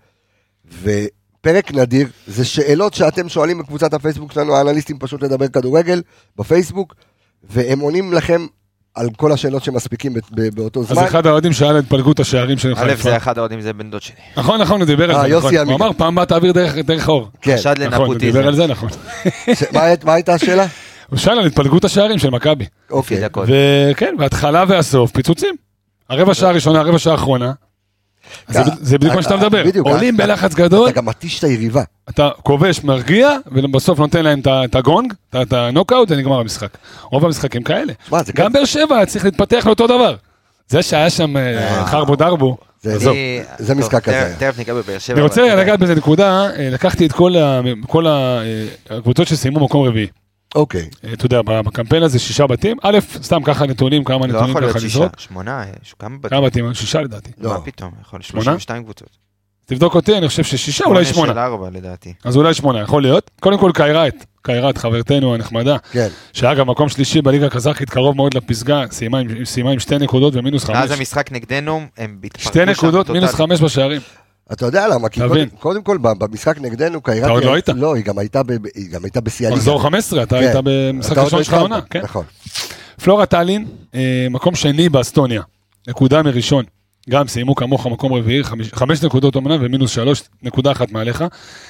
ופרק נדיר, זה שאלות שאתם שואלים בקבוצת הפייסבוק שלנו, האנליסטים פשוט לדבר כדורגל בפייסבוק, והם עונים לכם על כל השאלות שמספיקים באותו זמן. אז אחד האוהדים שאל את פלגות השערים של חיפה. א' זה אחד האוהדים, זה בן דוד שלי. נכון, נכון, הוא דיבר על זה, נכון. הוא אמר, פעם בא תעביר דרך אור. חשד לנפוטיזם. נכון, הוא דיבר על זה, נכון. מה הייתה השאלה? הוא שאל על התפלגות השערים של מכבי. אוקיי. וכן, וההתחלה והסוף, פיצוצים. הרבע שעה הראשונה, הרבע שעה האחרונה. זה בדיוק מה שאתה מדבר. עולים בלחץ גדול. אתה גם מתיש את היריבה. אתה כובש, מרגיע, ובסוף נותן להם את הגונג, את הנוקאוט, ונגמר המשחק. רוב המשחקים כאלה. גם באר שבע צריך להתפתח לאותו דבר. זה שהיה שם אה, חרבו דרבו, זה- עזוב. אני- זה טוב, משחק תכף- כזה. תכף ניגע בבאר שבע. אני רוצה אבל אתה לגעת באיזה נקודה, אה, לקחתי את כל ה- כל ה- אה, הקבוצות שסיימו מקום רביעי. אוקיי. אה, אתה יודע, בקמפיין הזה שישה בתים, א', סתם ככה נתונים, כמה לא נתונים יכול להיות ככה שישה, לזרוק. שמונה, יש כמה בתים. כמה בתים? שישה לדעתי. לא. מה פתאום, יכול להיות שמונה? שלושים ושתיים קבוצות. תבדוק אותי, אני חושב ששישה, אולי של שמונה. ארבע לדעתי. אז אולי שמונה, יכול להיות. קודם כל קיירת, קיירת, חברתנו הנחמדה, כן. שאגב, מקום שלישי בליגה הקזחית, קרוב מאוד לפסגה, סיימה עם- סיימה עם שתי נקודות ומינוס מאז חמש. המשחק נגדנו, הם התפרקו שתי נקודות, שם מינוס טוטל. חמש בשערים. אתה יודע למה? כי תבין. קודם- קודם כל, ב- במשחק נגדנו, קיירת... אתה עוד לא היית? לא, היא גם הייתה ב- היא גם הייתה בשיא הליגה. מחזור חמש עשרה, אתה כן. היית במשחק אתה עוד לא ראשון שלך התחלת. העונה, כן. נכון. פלורה טאלין, אה, מקום שני באסטוניה, נקודה מראשון, גם סיימו כמוך מקום רביעי, חמש, חמש נקודות אומנם ומינוס שלוש, נקודה אחת מעליך.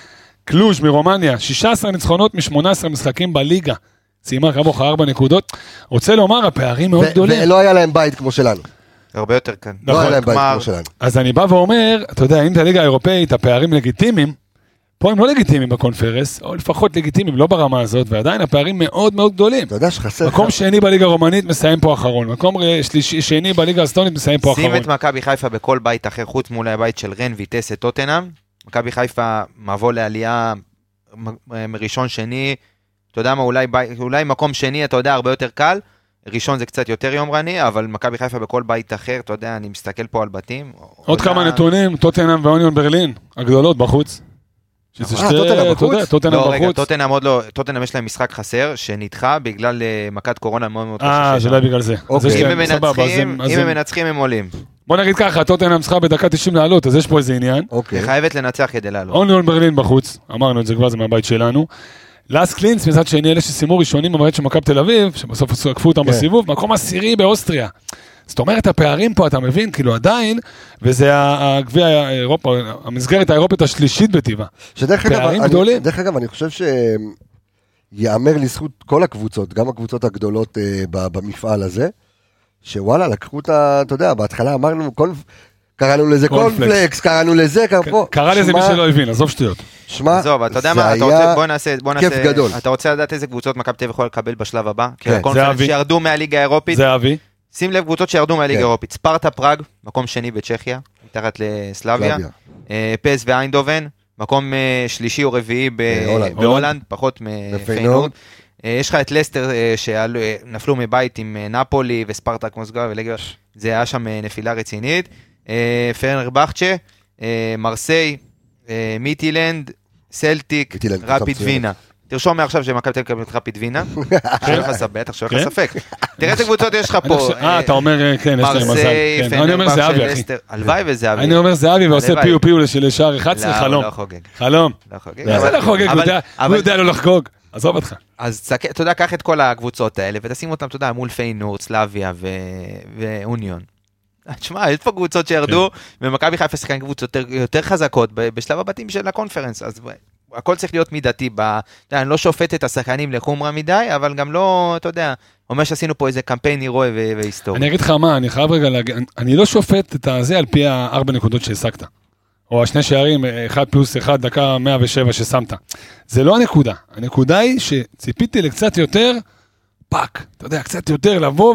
קלוז' מרומניה, שישה עשר ניצחונות מ-שמונה עשרה משחקים בליגה, סיימה כמוך ארבע נקודות. רוצה לומר, הפערים מאוד ו- גדולים. ולא היה להם בית כמו שלנו. הרבה יותר כאן. לא היה להם בית כלומר, כמו שלנו. אז אני בא ואומר, אתה יודע, אם בליגה האירופאית הפערים לגיטימיים, פה הם לא לגיטימיים בקונפרנס, או לפחות לגיטימיים, לא ברמה הזאת, ועדיין הפערים מאוד מאוד גדולים. אתה יודע שחסר... מקום לך- שני בליגה הרומנית מסיים פה אחרון, מקום שלישי, שני בליגה האסטונית מסיים פה שים אחרון. את מכבי חיפה בכל בית אחר, חוץ מול הבית של רן, ויטס, טוטנהאם. מכבי חיפה מבוא לעלייה מ- מראשון שני, אתה יודע מה, אולי, בי- אולי מקום שני, אתה יודע, הרבה יותר קל. ראשון זה קצת יותר יומרני, אבל מכבי חיפה בכל בית אחר, אתה יודע, אני מסתכל פה על בתים. עוד עולה- כמה נתונים, טוטנהאם ואוניון ברלין, הגדולות בחוץ. שזה אה, שתי- טוטנהאם אתה יודע, בחוץ? טוטנהאם לא, רגע, בחוץ. טוטנהאם עוד לא, טוטנהאם יש להם משחק חסר, שנדחה בגלל אה, מכת קורונה מאוד מאוד אה, קשה זה שם. לא בגלל זה. אז אוקיי. יש אם להם- הם סבבה, אז מנצחים, הם- אז אם הם הם- מנצחים הם עולים. בוא נגיד ככה, טוטנהאם צריכה בדקה תשעים לעלות, אז יש פה איזה עניין. אוקיי. היא חייבת לנצח כדי לעלות. אוניון ברלין בחוץ, אמרנו את זה כבר, זה מהבית שלנו. לאס קלינס, מצד שני, אלה שסיימו ראשונים במועד של מכבי תל אביב, שבסוף עקפו אותם כן. בסיבוב, מקום עשירי באוסטריה. זאת אומרת, הפערים פה, אתה מבין, כאילו עדיין, וזה הגביע האירופה, המסגרת האירופית השלישית בטבעה. שדרך אגב, פערים אני- גדולים. דרך אגב, אני חושב שיאמר לזכות כל הקבוצות, גם הקבוצות הגדולות אה, ב- במפעל הזה, שוואלה, לקחו אותה, אתה יודע, בהתחלה אמרנו, קונפ- קראנו לזה קורנפלקס. קונפלקס, קראנו לזה, קרא פה. קרא לזה מי שמע- שלא הבין, עזוב שטויות. שמע, עזוב, אתה יודע זה מה, אתה היה רוצה, בוא נעשה, בוא כיף נעשה, גדול. אתה רוצה לדעת איזה קבוצות מכבי תל אביב יכולה לקבל בשלב הבא? כן, כן, הקונפרנס זה אבי. שירדו מהליגה האירופית, זה אבי. שים לב קבוצות שירדו מהליגה כן. האירופית, ספרטה פראג, מקום שני בצ'כיה, מתחת לסלאביה, סלאביה. אה, פס ואיינדובן, מקום אה, שלישי או רביעי ב- בהולנד. בהולנד, פחות בפיינורד. מפיינורד. אה, יש לך את לסטר אה, שנפלו מבית עם אה, נפולי וספרטק מוסקבה ולגיה, זה היה שם אה, נפילה רצינית. אה, פרנרבחצ'ה, אה, מרסיי, אה, מיטילנד, סלטיק, מיטילנד, קבוצה רפיד מצוינת. וינה. תרשום מעכשיו שמכבי תל אביב מקבלת רפיד וינה, שלא לך ספק, בטח שלא לך כן? ספק. תראה איזה קבוצות יש לך אני פה. חושב- אה, אתה אומר, כן, יש להם מזל. מרסיי, כן. אני אומר פנרבחצ'ה, זהבי, אחי. לסטר, הלוואי וזהבי. אני אומר זהבי ועושה הלוואי. פיו פיו לש- לשער אחד עשרה, לא, הוא חלום. לא חוגג. חלום. לא חוגג. זה אבל- לא חוגג, הוא אבל- יודע- הוא אבל- יודע לא לחגוג. עזוב אותך. אז תסתכל, אתה יודע, קח את כל הקבוצות האלה ותשים אותם, אתה יודע, מול פיינורד, סלאביה ו- ואוניון. תשמע, יש פה קבוצות שירדו, כן. ומכבי חיפה שחקן קבוצות יותר- יותר חזקות ב- בשלב הבתים של הקונפרנס, אז הכל צריך להיות מידתי. ב- אתה יודע, אני לא שופט את השחקנים לחומרה מדי, אבל גם לא, אתה יודע, אומר שעשינו פה איזה קמפיין הירואי ו- והיסטורי. אני אגיד לך מה, אני חייב רגע להגיד, אני- אני לא שופט את הזה על פי הארבע נקודות שהשגת. או השני שערים, אחד פלוס אחד, דקה מאה ושבע ששמת. זה לא הנקודה. הנקודה היא שציפיתי לקצת יותר פאק. אתה יודע, קצת יותר לבוא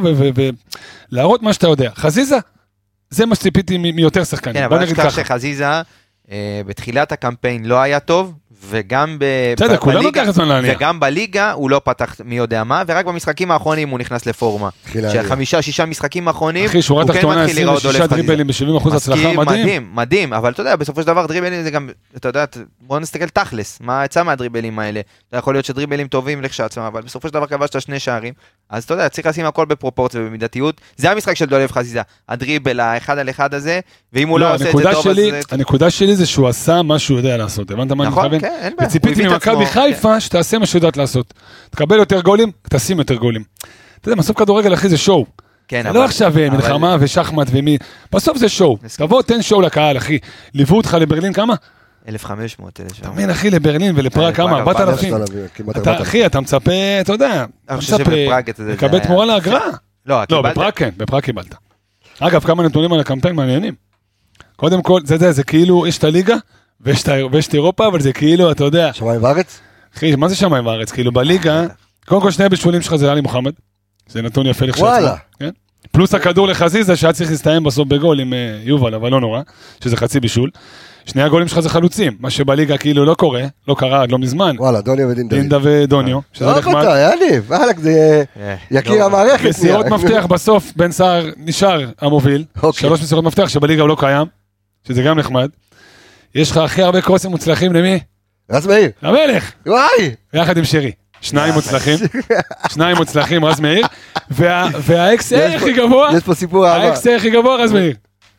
ולהראות מה שאתה יודע. חזיזה, זה מה שציפיתי מ- מיותר שחקנים. כן, בוא אבל נגיד אשכח ככה. שחזיזה אה, בתחילת הקמפיין לא היה טוב, וגם ב- בסדר, ב- כולם בליגה- לוקח זמן להניע. וגם בליגה הוא לא פתח מי יודע מה, ורק במשחקים האחרונים הוא נכנס לפורמה. התחיל להניע. שחמישה, שישה משחקים האחרונים, אחי, שורה הוא כן תחתונה מתחיל עשרים להיראות ושישה דולף חזיזה. דריבלים ב-שבעים אחוז הצלחה, מסכים, מדהים. מדהים, מדהים, אבל אתה יודע, בסופו של דבר דריבלים זה גם, אתה יודע, בוא נסתכל תכלס, מה יצא מהדריבלים האלה. אתה יכול להיות שדריבלים טובים לכשעצמם, אבל בסופו של דבר כבשת שני שערים, אז אתה יודע, צריך לשים הכל בפרופורציה ובמידתיות. זה המשחק של דולף חזיזה, הדריבל האחד על אחד הזה, ואם הוא לא לא, עושה את זה הנקודה טוב, אז... שלי- זה- הנקודה שלי זה שהוא עשה מה שהוא יודע לעשות. הבנת מה אני נכון, מכוון? כן, אין בעיה. הוא וציפיתי הביא את ממכבי עצמו, חיפה שתעשה מה שיודעת לעשות. תקבל יותר גולים, תשים יותר גולים. אתה יודע, בסוף כדורגל, אחי, זה שואו. כן, זה אבל- לא עכשיו אבל- מלחמה ושחמט ומי... בסוף זה שואו. מסכים. תבוא, תן שואו לקהל, אחי. ליוו אותך לברלין כמה? אלף וחמש מאות, אלף אתה שבע מאות. מבין, אחי, לברלין ולפראג לפראג כמה? ארבעת אלפים. כמעט אתה, ארבעת אחי, אתה מצפה, אתה יודע, אתה אני חושב מצפה שבפראג, אתה יודע, זה לקבל היה- תמורה לאגרה. לא, לא, קיבלת- בפראג כן, בפראג קיבלת. אגב, כמה נתונים על הקמפיין מעניינים. קודם כל, זה זה, זה כאילו, יש את הליגה, ויש את ה- ויש את אירופה, אבל זה כאילו, אתה יודע, שמיים וארץ? אחי, מה זה שמיים וארץ? כאילו, בליגה, קודם כל שני הבישולים שלך זה עלי מוחמד. זה נתון יפה לכשעצמו. וואלה. כן? פלוס הכדור לחזיזה, שהיה צריך להסתיים בסוף בגול עם יובל, אבל לא נורא, שזה חצי בישול. שני הגולים שלך זה חלוצים, מה שבליגה כאילו לא קורה, לא קרה עד לא מזמן. וואלה, דוניו ודינדה. דינדה ודוניו, שזה נחמד. לא בטח, יניב, וואלק, זה יקיר המערכת. מסירות מפתח בסוף, בן סער נשאר המוביל, שלוש מסירות מפתח שבליגה הוא לא קיים, שזה גם נחמד. יש לך הכי הרבה קרוסים מוצלחים למי? רז מאיר. המלך. וואי. יחד עם שרי. שניים מוצלחים, שניים מוצלחים, רז מאיר, והאקס איי הכי גבוה, יש פה סיפור אהבה. האקס איי הכי גבוה, רז מאיר.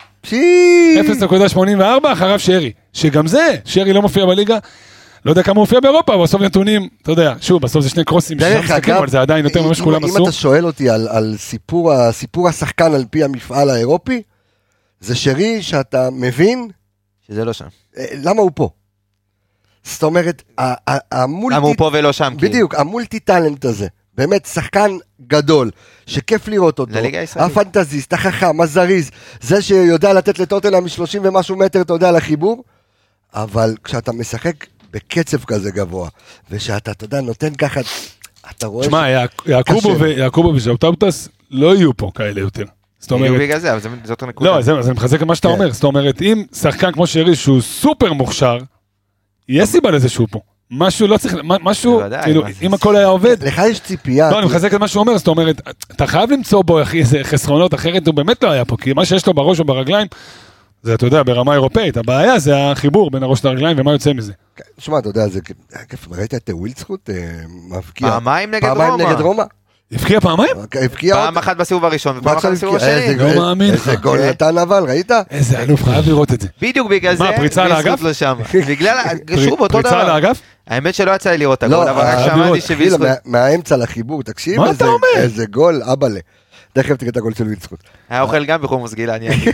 אפס נקודה שמונים וארבע, אחריו שרי, שגם זה, שרי לא מופיע בליגה, לא יודע כמה מופיע באירופה, אבל בסוף נתונים, אתה יודע, שוב, בסוף זה שני קרוסים, דרך אגב, אבל זה עדיין יותר ממש כולם עשו. אם אתה שואל אותי על סיפור השחקן על פי המפעל האירופי, זה שרי שאתה מבין, שזה לא שם. למה הוא פה? זאת אומרת, המולטי... למה הוא פה ולא שם? בדיוק, המולטי טלנט הזה, באמת שחקן גדול, שכיף לראות אותו, הפנטזיסט, החכם, הזריז, זה שיודע לתת לטוטנהאם מ-שלושים ומשהו מטר, אתה יודע, לחיבור, אבל כשאתה משחק בקצב כזה גבוה, ושאתה, אתה יודע, נותן ככה, אתה רואה... תשמע, יעקובו ושאוטאוטס לא יהיו פה כאלה יותר. זאת אומרת... בגלל זה, אבל זאת הנקודה. לא, זה מחזק מה שאתה אומר, זאת אומרת, אם שחקן כמו שרי, שהוא סופר מוכשר, יש סיבה לזה שהוא פה. משהו לא צריך, משהו, כאילו, אם הכל היה עובד. לך יש ציפייה. לא, אני מחזק את מה שהוא אומר, זאת אומרת, אתה חייב למצוא בו איזה חסרונות, אחרת הוא באמת לא היה פה, כי מה שיש לו בראש או ברגליים, זה, אתה יודע, ברמה אירופאית, הבעיה זה החיבור בין הראש לרגליים, ומה יוצא מזה. תשמע, אתה יודע, זה כיף, ראית את ווילדסקוט, מבקיע. פעמיים נגד רומא. הבקיע פעמיים? פעם אחת בסיבוב הראשון, ופעם אחת בסיבוב השני. לא מאמין לך. איזה גול נתן אבל, ראית? איזה אלוף, חייב לראות את זה. בדיוק בגלל זה. מה, פריצה על האגף? בגלל, שוב, אותו דבר. פריצה על האגף? האמת שלא יצא לי לראות את הגול, אבל רק שמעתי שבזכות. מהאמצע לחיבור, תקשיב, איזה גול, אבאלה. תכף תראה את הגול של ווילדסקוט. היה אוכל גם בחומוס גילה, אני אגיד.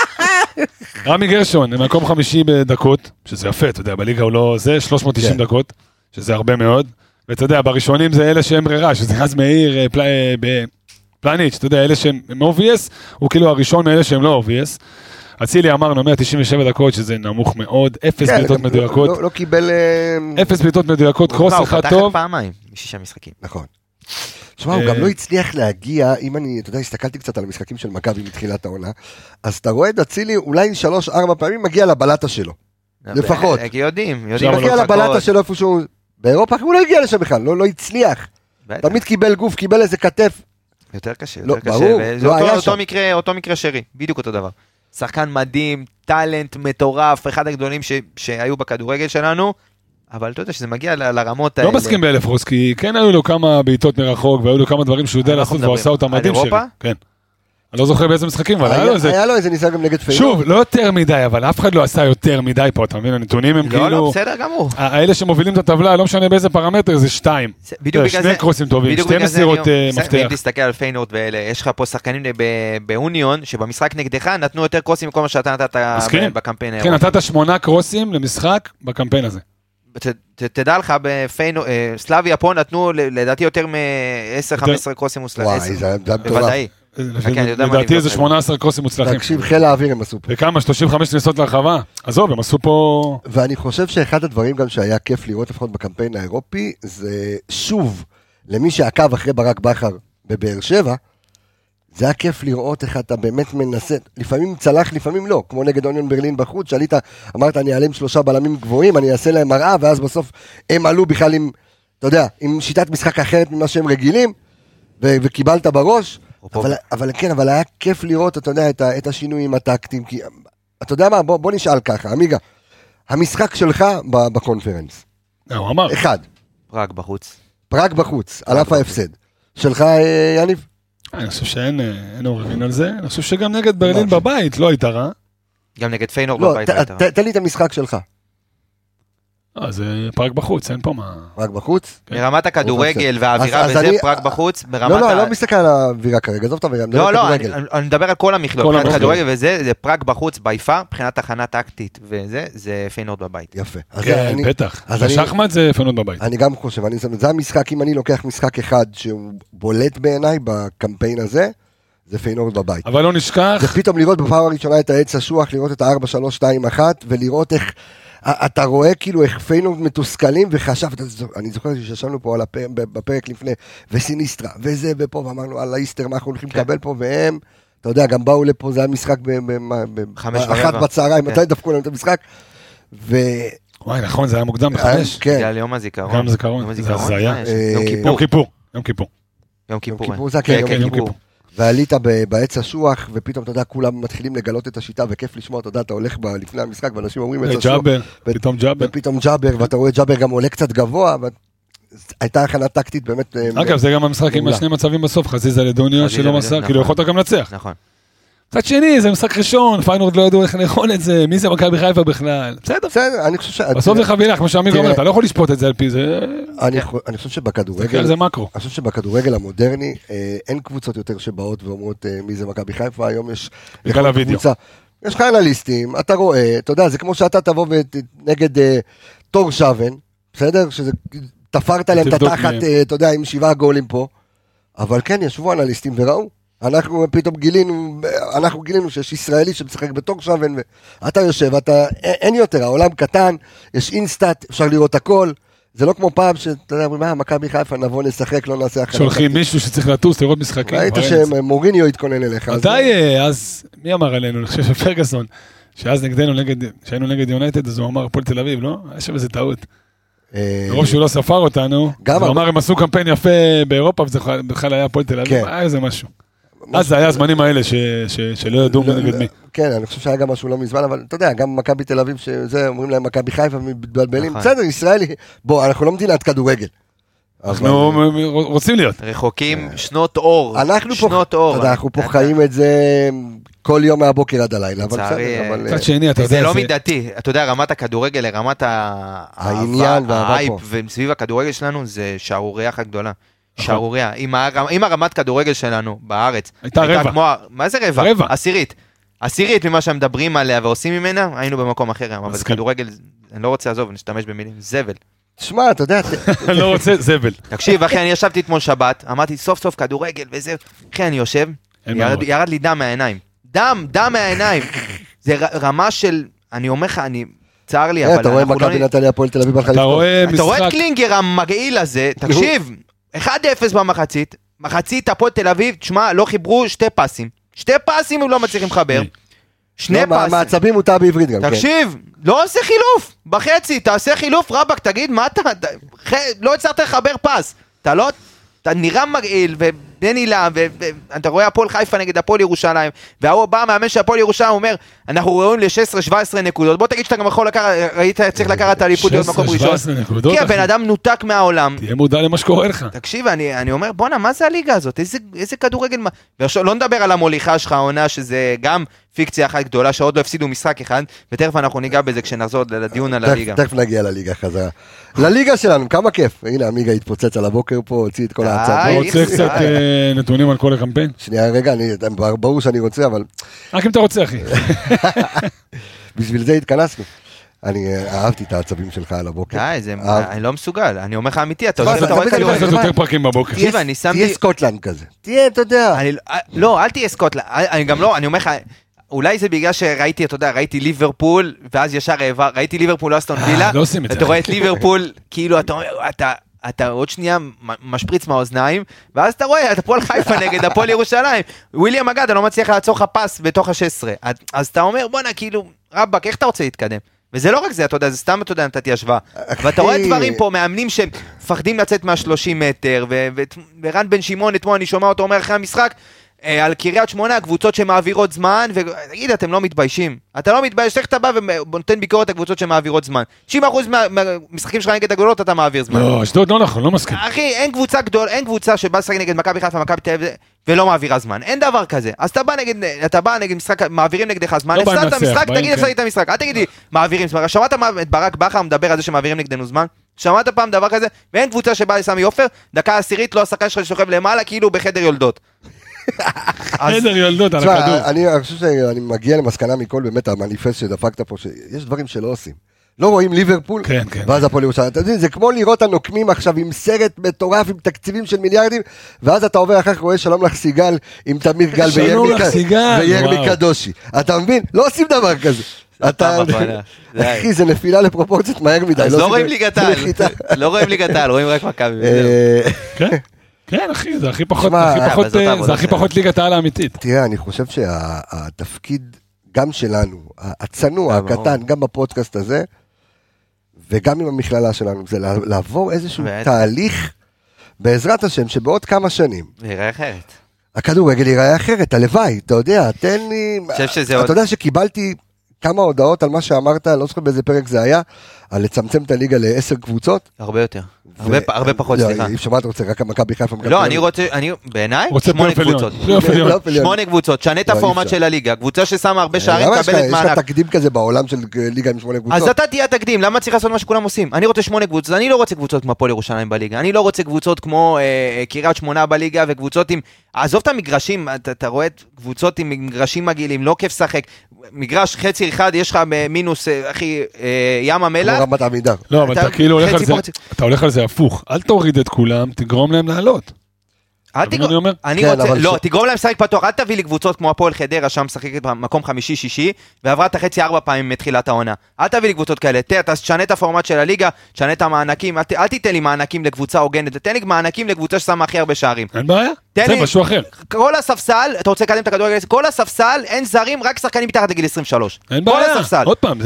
רמי גרשון, מקום חמישי בדקות, שזה יפה, אתה יודע, בליגה הוא לא זה, שלוש מאות תשעים דקות, שזה הרבה מאוד. ואתה יודע, בראשונים זה אלה שהם ברירה, שזה רז מאיר, פלניץ', אתה יודע, אלה שהם אובייס, הוא כאילו הראשון מאלה שהם לא אובייס. אצילי אמרנו, מאה תשעים ושבע דקות, שזה נמוך מאוד, אפס בעיטות מדויקות. לא קיבל... אפס בעיטות מדויקות, קרוס אחד טוב. הוא פתח פעמיים, משישה משחקים. נכון. תשמע, הוא גם לא הצליח להגיע, אם אני, אתה יודע, הסתכלתי קצת על המשחקים של מכבי מתחילת העונה, אז אתה רואה את אצילי, אולי שלוש, ארבע פעמים מגיע לבלטה שלו. לפחות. יודעים, יודעים. מגיע לבלטה שלו איפשהו... באירופה הוא לא הגיע לשם בכלל, לא, לא הצליח. תמיד קיבל גוף, קיבל איזה כתף. יותר קשה, לא, יותר ברור, קשה. לא אותו, היה אותו מקרה, אותו מקרה שרי, בדיוק אותו דבר. שחקן מדהים, טלנט מטורף, אחד הגדולים ש, שהיו בכדורגל שלנו, אבל אתה יודע שזה מגיע ל, לרמות האלה. לא מסכים באלף רוס, כי כן היו לו כמה בעיטות מרחוק, והיו לו כמה דברים שהוא יודע לעשות, והוא עשה אותם מדהים שרי. כן. אני לא זוכר באיזה משחקים, אבל היה לו איזה... היה לו איזה ניסיון גם נגד פיינור. שוב, לא יותר מדי, אבל אף אחד לא עשה יותר מדי פה, אתה מבין? הנתונים הם כאילו... לא, לא, בסדר גמור. האלה שמובילים את הטבלה, לא משנה באיזה פרמטר, זה שתיים. בדיוק בגלל זה... שני קרוסים טובים, שתי מסירות מפתח. אם תסתכל על פיינורד ואלה, יש לך פה שחקנים באוניון, שבמשחק נגדך נתנו יותר קרוסים מכל מה שאתה נתת בקמפיין האירופי. כן, נתת שמונה קרוסים למשחק בקמפיין הזה. תדע לך, סלאביה פה נתנו לדעתי יותר מ-עשר חמש עשרה קרוסים מוצלחים. בוודאי. לדעתי זה שמונה עשרה קרוסים מוצלחים. תקשיב, חיל האוויר הם עשו פה. וכמה? שלושים וחמש כניסות להרחבה? עזוב, הם עשו פה... ואני חושב שאחד הדברים גם שהיה כיף לראות לפחות בקמפיין האירופי, זה שוב, למי שעקב אחרי ברק בכר בבאר שבע, זה היה כיף לראות איך אתה באמת מנסה, לפעמים צלח, לפעמים לא, כמו נגד אוניון ברלין בחוץ, שעלית, אמרת, אני אעלה עם שלושה בלמים גבוהים, אני אעשה להם מראה, ואז בסוף הם עלו בכלל עם, אתה יודע, עם שיטת משחק אחרת ממה שהם רגילים, ו- וקיבלת בראש, אבל, אבל כן, אבל היה כיף לראות, אתה יודע, את, ה- את השינויים הטקטיים, כי, אתה יודע מה, בוא, בוא נשאל ככה, אמיגה, המשחק שלך בקונפרנס. הוא אמר. אחד. פראג בחוץ. פראג בחוץ, על אף ההפסד. שלך, יניב? אני חושב שאין עוררין על זה, אני חושב שגם נגד ברלין בבית לא הייתה רע. גם נגד פיינור בבית לא הייתה רע. תן לי את המשחק שלך. אה, זה פראג בחוץ, אין פה מה... פראג בחוץ? ברמת הכדורגל והאווירה וזה, פראג בחוץ, ברמת... לא, לא, אני לא מסתכל על האווירה כרגע, עזוב את האווירה, לא, לא, אני מדבר על כל המכלול, מבחינת כדורגל וזה, זה פראג בחוץ ביפה, מבחינת הכנה טקטית וזה, זה פיינור בבית. יפה. כן, בטח. השחמט זה פיינור בבית. אני גם חושב, זה המשחק, אם אני לוקח משחק אחד שהוא בולט בעיניי בקמפיין הזה, זה פיינורד בבית. אבל לא נשכח. זה פתאום לראות בפעם הראשונה את העץ השוח, לראות את ה-ארבע שלוש שתיים אחת, ולראות איך אתה רואה כאילו איך פיינורד מתוסכלים וחשב, אני זוכר שישבנו פה בפרק לפני, וסיניסטרה, וזה ופה, ואמרנו על האיסטר, מה אנחנו הולכים לקבל פה, והם, אתה יודע, גם באו לפה, זה היה משחק באחת בצהריים, מתי דפקו להם את המשחק, ו... וואי, נכון, זה היה מוקדם בחמש. כן. זה היה ליום הזיכרון. גם זיכרון, זה היה. יום כיפור. יום כיפור, יום כיפור. יום כיפור. יום כיפור זה כן, יום כיפור. ועלית בעץ השוח, ופתאום, אתה יודע, כולם מתחילים לגלות את השיטה, וכיף לשמוע, אתה יודע, אתה הולך לפני המשחק, ואנשים אומרים עץ השוח. ג'אבר, פתאום ג'אבר. ופתאום ג'אבר, ואתה רואה ג'אבר גם עולה קצת גבוה, הייתה הכנה טקטית באמת... אגב, זה גם המשחק עם השני מצבים בסוף, חזיזה לדוניו שלא מסר, כאילו יכולת גם לצח. נכון. קצת שני, זה משחק ראשון, פיינורד לא ידעו איך לאכול את זה, מי זה מכבי חיפה בכלל, בסדר. בסדר, אני חושב ש... בסוף זה חבילה, כמו שאמיר אומר, אתה לא יכול לשפוט את זה על פי זה. אני חושב שבכדורגל... זה מקרו. אני חושב שבכדורגל המודרני, אין קבוצות יותר שבאות ואומרות מי זה מכבי חיפה, היום יש... בגלל הוידאו. יש לך אנליסטים, אתה רואה, אתה יודע, זה כמו שאתה תבוא נגד תור שוון, בסדר? שזה... תפרת להם את התחת, אתה יודע, עם שבעה גולים פה, אבל כן, ישבו אנליסטים וראו. אנחנו פתאום גילינו, אנחנו גילינו שיש ישראלי שמשחק בתור שוון, ואתה יושב, אתה, אין יותר, העולם קטן, יש אינסטאט, אפשר לראות הכל, זה לא כמו פעם שאתה יודע, מה, מכבי חיפה, נבוא נשחק, לא נעשה אחרת. שולחים מישהו שצריך לטוס, לראות משחקים. ראית שמוריניו התכונן אליך. מתי, אז, מי אמר עלינו? אני חושב שפרגסון, שאז נגדנו, שהיינו נגד יונייטד, אז הוא אמר, הפועל תל אביב, לא? יש שם איזה טעות. ברוב שהוא לא ספר אותנו, הוא אמר, הם עשו קמפיין יפה באירופה, וזה בכלל היה הפועל תל אביב, היה איזה משהו. אז זה היה הזמנים האלה שלא ידעו נגד מי. כן, אני חושב שהיה גם משהו לא מזמן, אבל אתה יודע, גם מכבי תל אביב, שזה אומרים להם מכבי חיפה, מתבלבלים, בסדר, ישראלי, בוא, אנחנו לא מדינת כדורגל. אנחנו רוצים להיות. רחוקים שנות אור. שנות אור. אנחנו פה חיים את זה כל יום מהבוקר עד הלילה, אבל בסדר. זה לא מידתי, אתה יודע, רמת הכדורגל, רמת האייפ, וסביב הכדורגל שלנו, זה שערוריה אחת גדולה. שערוריה. אם הרמת כדורגל שלנו בארץ, הייתה רבע. מה זה רבע? רבע. עשירית. עשירית ממה שהם מדברים עליה ועושים ממנה, היינו במקום אחר, אבל זה כדורגל, אני לא רוצה לעזוב, נשתמש במילים, זבל. תשמע, אתה יודע... אני לא רוצה זבל. תקשיב, אחי, אני ישבתי אתמול שבת, אמרתי סוף סוף כדורגל וזה, אחי, אני יושב, ירד לי דם מהעיניים. דם, דם מהעיניים. זה רמה של, אני אומר לך, אני... צער לי, אבל... אתה רואה מכבי נתניה הפועל תל אביב. אתה רואה משחק... אתה רואה את קלינגר המגעיל הזה, תקשיב, אחד אפס במחצית, מחצית הפועל תל אביב, תשמע, לא חיברו שתי פסים. שתי פסים הם לא מצליחים לחבר. שני פסים. מעצבים אותה בעברית גם. תקשיב, לא עושה חילוף, בחצי, תעשה חילוף, רבק, תגיד, מה אתה... לא הצלחת לחבר פס. אתה לא... אתה נראה מגעיל, ובן אילם, ואתה רואה הפועל חיפה נגד הפועל ירושלים, והוא בא מהאמן של הפועל ירושלים, הוא אומר, אנחנו ראויים ל-שש עשרה שבע עשרה נקודות, בוא תגיד שאתה גם יכול לקחת, ראית, צריך לקחת את האליפות להיות מקום ראשון. כי הבן אדם נותק מהעולם. תהיה מודע למה שקורה לך. תקשיב, אני אומר, בוא'נה, מה זה הליגה הזאת? איזה כדורגל... לא נדבר על המוליכה שלך, העונה, שזה גם פיקציה אחת גדולה, שעוד לא הפסידו משחק אחד, ותכף אנחנו ניגע בזה כשנחזור לדיון על הליגה. תכף נגיע לליגה חזרה. לליגה שלנו, כמה כיף. הנה, עמיגה התפוצץ על הבוקר פה, הוציא את כל ההצעות. רוצה קצת נתונים על כל הקמפיין? שנייה, רגע, ברור שאני רוצה, אבל... רק אם אתה רוצה, אחי. בשביל זה התכנסנו. אני אהבתי את העצבים שלך על הבוקר. די, אני לא מסוגל, אני אומר לך אמיתי, אתה עושה יותר פרקים בבוקר. תהיה סקוטלנד כזה. תהיה, אתה יודע. לא, אל תהיה סקוטלנד. אני גם לא, אני אומר לך, אולי זה בגלל שראיתי, אתה יודע, ראיתי ליברפול, ואז ישר ראיתי ליברפול לא אסטון וילה. לא עושים את זה. אתה רואה את ליברפול, כאילו, אתה אומר, אתה... אתה עוד שנייה משפריץ מהאוזניים, ואז אתה רואה, אתה פועל חיפה נגד הפועל ירושלים, וויליאם אגד, אני לא מצליח לעצור לך פס בתוך ה-שש עשרה, אז אתה אומר, בוא'נה, כאילו, רבק, איך אתה רוצה להתקדם? וזה לא רק זה, אתה יודע, זה סתם, אתה יודע, נתתי השוואה, ואתה רואה דברים פה, מאמנים שמפחדים לצאת מה-שלושים מטר, ורן בן שמעון, אתמול אני שומע אותו אומר אחרי המשחק, על קריית שמונה, הקבוצות שמעבירות זמן, ותגיד, אתם לא מתביישים. אתה לא מתבייש, איך אתה בא ונותן ביקורת הקבוצות שמעבירות זמן. תשעים אחוז מהמשחקים שלך נגד הגדולות, אתה מעביר זמן. לא, אשדוד לא נכון, לא מסכים. אחי, אין קבוצה גדול, אין קבוצה שבא לשחק נגד מכבי חיפה, מכבי תל אביב, ולא מעבירה זמן. אין דבר כזה. אז אתה בא נגד, אתה בא נגד משחק, מעבירים נגדך זמן, הפסדת את המשחק, תגיד, הפסדתי את המשחק. אל תגיד לי, מעבירים זמן. שמעת את ברק בכר מדבר על זה שמעבירים נגדנו זמן? שמעת פעם דבר כזה? ואין קבוצה שבא לסמי עופר, דקה עשירית, לא השחקן שלך ששוכב למעלה, כאילו בחדר יולדות. חדר יולדות על הכדור. אני חושב שאני מגיע למסקנה מכל באמת המניפסט שדפקת פה, שיש דברים שלא עושים. לא רואים ליברפול, כן, כן. ואז הפועל ירושלים. אתה יודע, זה כמו לראות הנוקמים עכשיו עם סרט מטורף, עם תקציבים של מיליארדים, ואז אתה עובר אחר כך רואה שלום לך סיגל, עם תמיר גל וירמי קדושי. אתה מבין? לא עושים דבר כזה. אתה, אחי, זה נפילה לפרופורציות מהר מדי. אז לא רואים ליגת העל, לא רואים ליגת העל, רואים רק מכבי. כן, כן, אחי, זה הכי פחות, זה הכי פחות ליגת העל האמיתית. תראה, אני חושב שהתפקיד גם שלנו, הצנוע, הקטן, גם בפודקאסט הזה, וגם עם המכללה שלנו, זה לעבור איזשהו תהליך, בעזרת השם, שבעוד כמה שנים, יראה אחרת. הכדורגל יראה אחרת, הלוואי, אתה יודע, תן לי, אתה יודע שקיבלתי כמה הודעות על מה שאמרת, לא זוכר באיזה פרק זה היה, על לצמצם את הליגה לעשר קבוצות. הרבה יותר. הרבה פחות, סליחה. אם שמעת רוצה רק מכבי חיפה. לא, אני רוצה, אני, בעיניי, שמונה קבוצות. שמונה קבוצות, שנה את הפורמט של הליגה. קבוצה ששמה הרבה שערים, קבלת מענק. יש לך תקדים כזה בעולם של ליגה עם שמונה קבוצות. אז אתה תהיה תקדים, למה צריך לעשות מה שכולם עושים? אני רוצה שמונה קבוצות, אני לא רוצה קבוצות כמו הפועל ירושלים בליגה. אני לא רוצה קבוצות כמו קריית שמונה בליגה, וקבוצות עם, עזוב את המגרשים, אתה רואה קבוצות עם מגרשים מגעילים, לא כיף לשחק. מגרש חצי אחד, יש לך מינוס, אחי, ים המלח. רמת עמידה. לא, אבל אתה כאילו הולך על זה, אתה הולך על זה הפוך. אל תוריד את כולם, תגרום להם לעלות. אני רוצה, לא, תגרום להם לשחק פתוח, אל תביא לי קבוצות כמו הפועל חדרה, שם משחקת במקום חמישי-שישי, ועברה את החצי ארבע פעמים מתחילת העונה. אל תביא לי קבוצות כאלה, תשנה את הפורמט של הליגה, תשנה את המענקים, אל תיתן לי מענקים לקבוצה הוגנת, תן לי מענקים לקבוצה ששמה הכי הרבה שערים. אין בעיה, זה משהו אחר. כל הספסל, אתה רוצה לקדם את הכדורגל, כל הספסל, אין זרים, רק שחקנים מתחת לגיל עשרים ושלוש. אין בעיה, עוד פעם,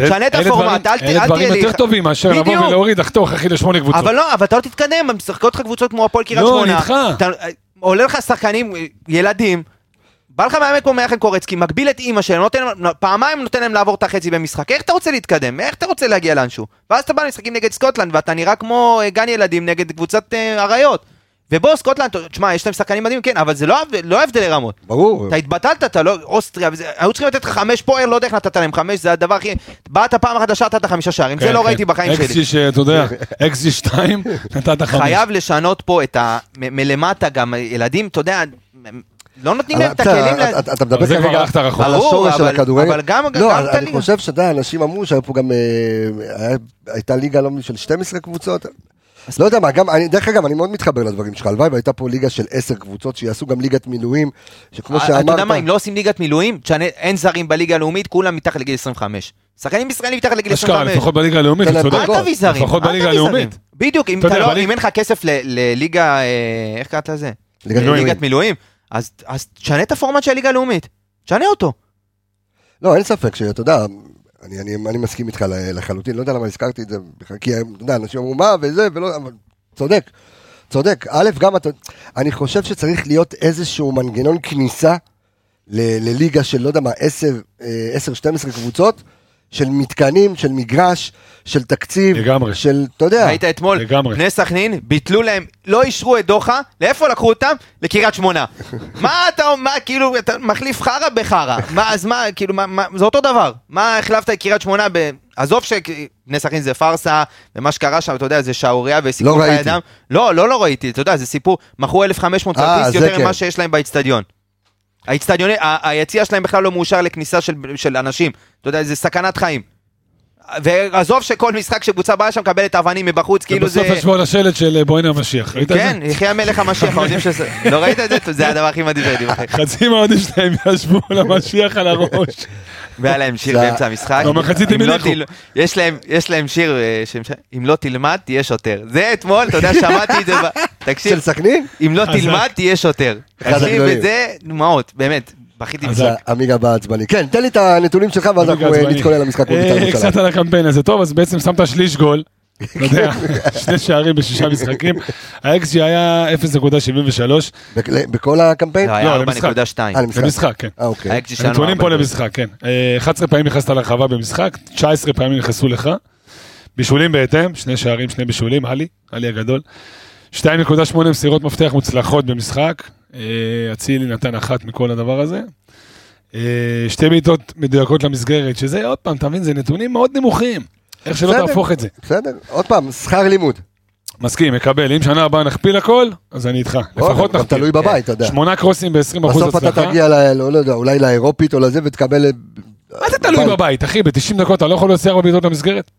אלה דברים יותר טובים מאשר לבוא ולהוריד, לחתוך אחי לשמונה קבוצות. אבל לא, אבל אתה לא תתקדם, משחקות לך קבוצות כמו הפועל קריית שמונה. עולה לך שחקנים, ילדים, בא לך מאמן כמו מנחם קורצקי, מגביל את אמא שלהם, פעמיים נותן להם לעבור את החצי במשחק, איך אתה רוצה להתקדם? איך אתה רוצה להגיע לאנשהו? ואז אתה בא למשחקים נגד סקוטלנד, ואתה נראה כמו גן ילדים נגד קבוצת אריות. ובוא, סקוטלנד, תשמע, יש להם שחקנים מדהים, כן, אבל זה לא הבדל לרמות. ברור. אתה התבטלת, אתה לא, אוסטריה, היו צריכים לתת לך חמש פוער, לא יודע איך נתת להם חמש, זה הדבר הכי, באת פעם אחת השאר, נתת חמישה שערים, זה לא ראיתי בחיים שלי. אקסי שאתה יודע, אקסי שתיים, נתת חמש. חייב לשנות פה את ה, מלמטה גם, ילדים, אתה יודע, לא נותנים להם את הכלים. אתה מדבר ככה על השורש של הכדורגל. אבל גם, לא, אני חושב שאתה, אנשים אמרו שהיו פה גם, הייתה ליגה של שתים עשרה קבוצות. לא יודע מה, גם, אני, דרך אגב, אני מאוד מתחבר לדברים שלך, הלוואי, והייתה פה ליגה של עשר קבוצות שיעשו גם ליגת מילואים, שכמו שאמרת... אתה יודע מה, אם לא עושים ליגת מילואים, אין זרים בליגה הלאומית, כולם מתחת לגיל עשרים וחמש. שחקנים ישראלים מתחת לגיל עשרים וחמש. אשכרה, לפחות בליגה הלאומית, אל תביא זרים, לפחות בליגה הלאומית. בדיוק, אם אין לך כסף לליגה, איך קראת לזה? ליגת מילואים, אז תשנה את הפורמט של הליגה הלאומית, תשנה אותו. לא, אין ספק שאתה יודע, אני, אני, אני מסכים איתך לחלוטין, לא יודע למה הזכרתי את זה, כי אתה יודע, אנשים אמרו מה וזה, ולא, אבל צודק, צודק. א', גם אתה, אני חושב שצריך להיות איזשהו מנגנון כניסה ל, לליגה של, לא יודע מה, עשר שתים עשרה קבוצות, של מתקנים, של מגרש, של תקציב, לגמרי. של, אתה יודע. היית אתמול, בני סכנין, ביטלו להם, לא אישרו את דוחה, לאיפה לקחו אותם? לקריית שמונה. מה אתה, מה, כאילו, אתה מחליף חרה בחרה. מה, אז מה, כאילו, מה, מה, זה אותו דבר. מה החלפת את קריית שמונה ב... עזוב שבני סכנין זה פרסה, ומה שקרה שם, אתה יודע, זה שעוריה וסיפור לא ראיתי. אדם. לא, לא, לא ראיתי, אתה יודע, זה סיפור, מכרו אלף וחמש מאות כרטיס יותר ממה שיש להם באצטדיון. האצטדיוני, היציאה שלהם בכלל לא מאושר לכניסה של, של אנשים. אתה יודע, זה סכנת חיים. ועזוב שכל משחק שבוצע בא שם מקבל את האבנים מבחוץ, כאילו זה... ובסוף השבוע לשלט של בואי המשיח. כן, יחי המלך המשיח, העודים שזה... לא ראית את זה? זה הדבר הכי מדהים. חצי מהעודים שלהם ישבו למשיח על הראש. והיה להם שיר באמצע המשחק. יש להם שיר, אם לא תלמד, תהיה שוטר. זה אתמול, אתה יודע, שמעתי את זה. תקשיב, של סכנין? אם לא תלמד, תהיה שוטר. תקשיב, וזה דמעות, באמת. זה עמיגה בעצבני. כן, תן לי את הנתונים שלך ואז אנחנו נתכונן למשחק. קצת על הקמפיין הזה, טוב, אז בעצם שמת שליש גול, אתה יודע, שני שערים בשישה משחקים, ה-אקס ג'י היה אפס נקודה שבעים ושלוש. בכל הקמפיין? לא, היה ארבע נקודה שתיים. למשחק, כן. הנתונים פה למשחק, כן. אחת עשרה פעמים נכנסת לרחבה במשחק, תשע עשרה פעמים נכנסו לך, בישולים בהתאם, שני שערים, שני בישולים, עלי, עלי הגדול. שתיים נקודה שמונה מסירות מפתח מוצלחות במשחק, אצילי נתן אחת מכל הדבר הזה, שתי בעיטות מדויקות למסגרת, שזה עוד פעם, תבין, זה נתונים מאוד נמוכים, איך שלא תהפוך את זה. בסדר, עוד פעם, שכר לימוד. מסכים, מקבל, אם שנה הבאה נכפיל הכל, אז אני איתך, לפחות נכפיל. תלוי בבית, אתה יודע. שמונה קרוסים ב-עשרים אחוז הצלחה. בסוף אתה תגיע, לא יודע, אולי לאירופית או לזה, ותקבל... מה זה תלוי בבית, אחי? ב-תשעים דקות אתה לא יכול להוציא ארבע בעיטות למסגרת?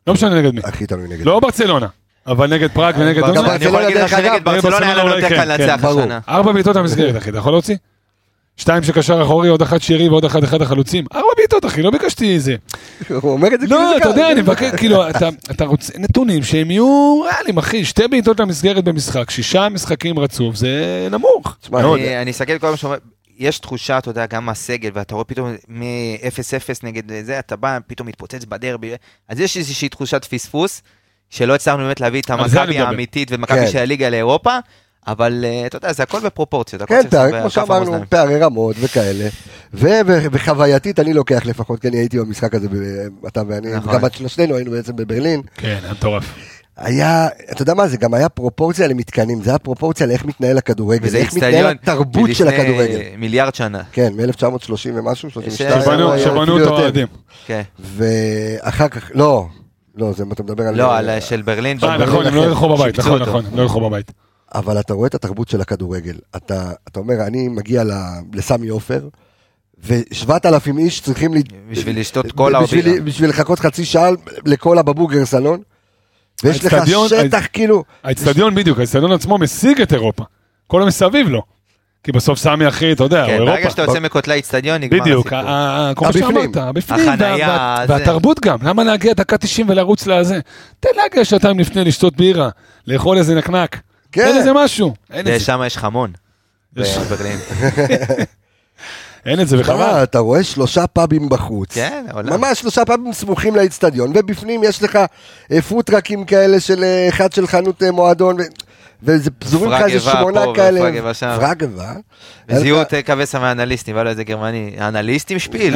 לא משנה נגד מי. הכי תלוי נגד. לא ברצלונה, אבל נגד פראג ונגד גם דונה. אני יכול להגיד לך שנגד ברצלונה היה לנו יותר קל לנצח השנה. ארבע בעיטות המסגרת, אחי, אתה יכול להוציא? שתיים שקשר אחורי, עוד אחת שירי ועוד אחת אחד החלוצים. ארבע בעיטות, אחי, לא ביקשתי זה. הוא אומר את זה כאילו לא, זה אתה קל. יודע, אני מבקש, כאילו, אתה, אתה רוצה נתונים שהם יהיו ריאליים, אחי, שתי בעיטות למסגרת במשחק, שישה משחקים רצוף, זה נמוך. תשמע, מאוד. אני אסתכל כל מה שאומר, יש תחושה, אתה יודע, גם מהסגל, ואתה רואה פתאום מ-אפס אפס נגד זה, אתה בא, פתאום מתפוצץ בדרבי, אז יש איזושהי תחושת פספוס, שלא הצלחנו באמת להביא את המכבי האמיתית ומכבי כן. של הליגה לאירופה, אבל אתה יודע, זה הכל בפרופורציות. כן, פערי, כמו שאמרנו, פערי רמות וכאלה, ו- ו- וחווייתית אני לוקח לפחות, כי אני הייתי במשחק הזה, ב- אתה ואני, נכון. גם שלושתנו היינו בעצם בברלין, כן, מטורף. היה, אתה יודע מה, זה גם היה פרופורציה למתקנים, זה היה פרופורציה לאיך מתנהל הכדורגל, וזה איך מתנהל אצטדיון התרבות של הכדורגל. מלפני מיליארד שנה. כן, מ-אלף תשע מאות שלושים ומשהו, שלושים ושתיים. שבנו היה שבנו אפילו אותו יותר. אוהדים. כן. ואחר כך, לא, לא, זה מה אתה מדבר על... לא, על של ברלין. אה, נכון, הם לא ילכו בבית, שיפצו נכון, אותו. נכון, הם לא ילכו בבית. אבל אתה רואה את התרבות של הכדורגל, אתה, אתה אומר, אני מגיע ל- לסמי עופר, ושבעת אלפים איש צריכים... ל- בשביל לשתות קולה או בשביל- בירה. בשביל לחכות חצי שעה לקולה בבורגר סלון, ויש לך האצטדיון- שטח כאילו... האצטדיון בדיוק, האצטדיון עצמו משיג את אירופה. כל המסביב לא. כי בסוף סמי אחי, אתה יודע, הוא כן, אירופה. ברגע שאתה יוצא מקוטלי אצטדיון, נגמר בדיוק, הסיפור. ה- ה- כמו הבפנים. שאמרת, הבפנים, החנייה, וה- וה- זה. והתרבות גם, למה להגיע דקה תשעים ולרוץ לזה? תן להגיע שעתיים לפני לשתות בירה, לאכול איזה נקנק, כן. תן איזה משהו, אין את זה, ושם יש חמון. יש- בברלין. אין את זה מה, וחבל. אתה רואה שלושה פאבים בחוץ, כן, עולם. ממש שלושה פאבים סמוכים לאצטדיון, ובפנים יש לך אה, פוטרקים כאלה של אה, אחד של חנות אה, מועדון, ו- וזה פזורים לך איזה פרגבה שמונה פה כאלה, ופרגבה שם. פרגבה, וזיהו את קבסה מהאנליסטים, אבל איזה גרמני, האנליסטים שפיל.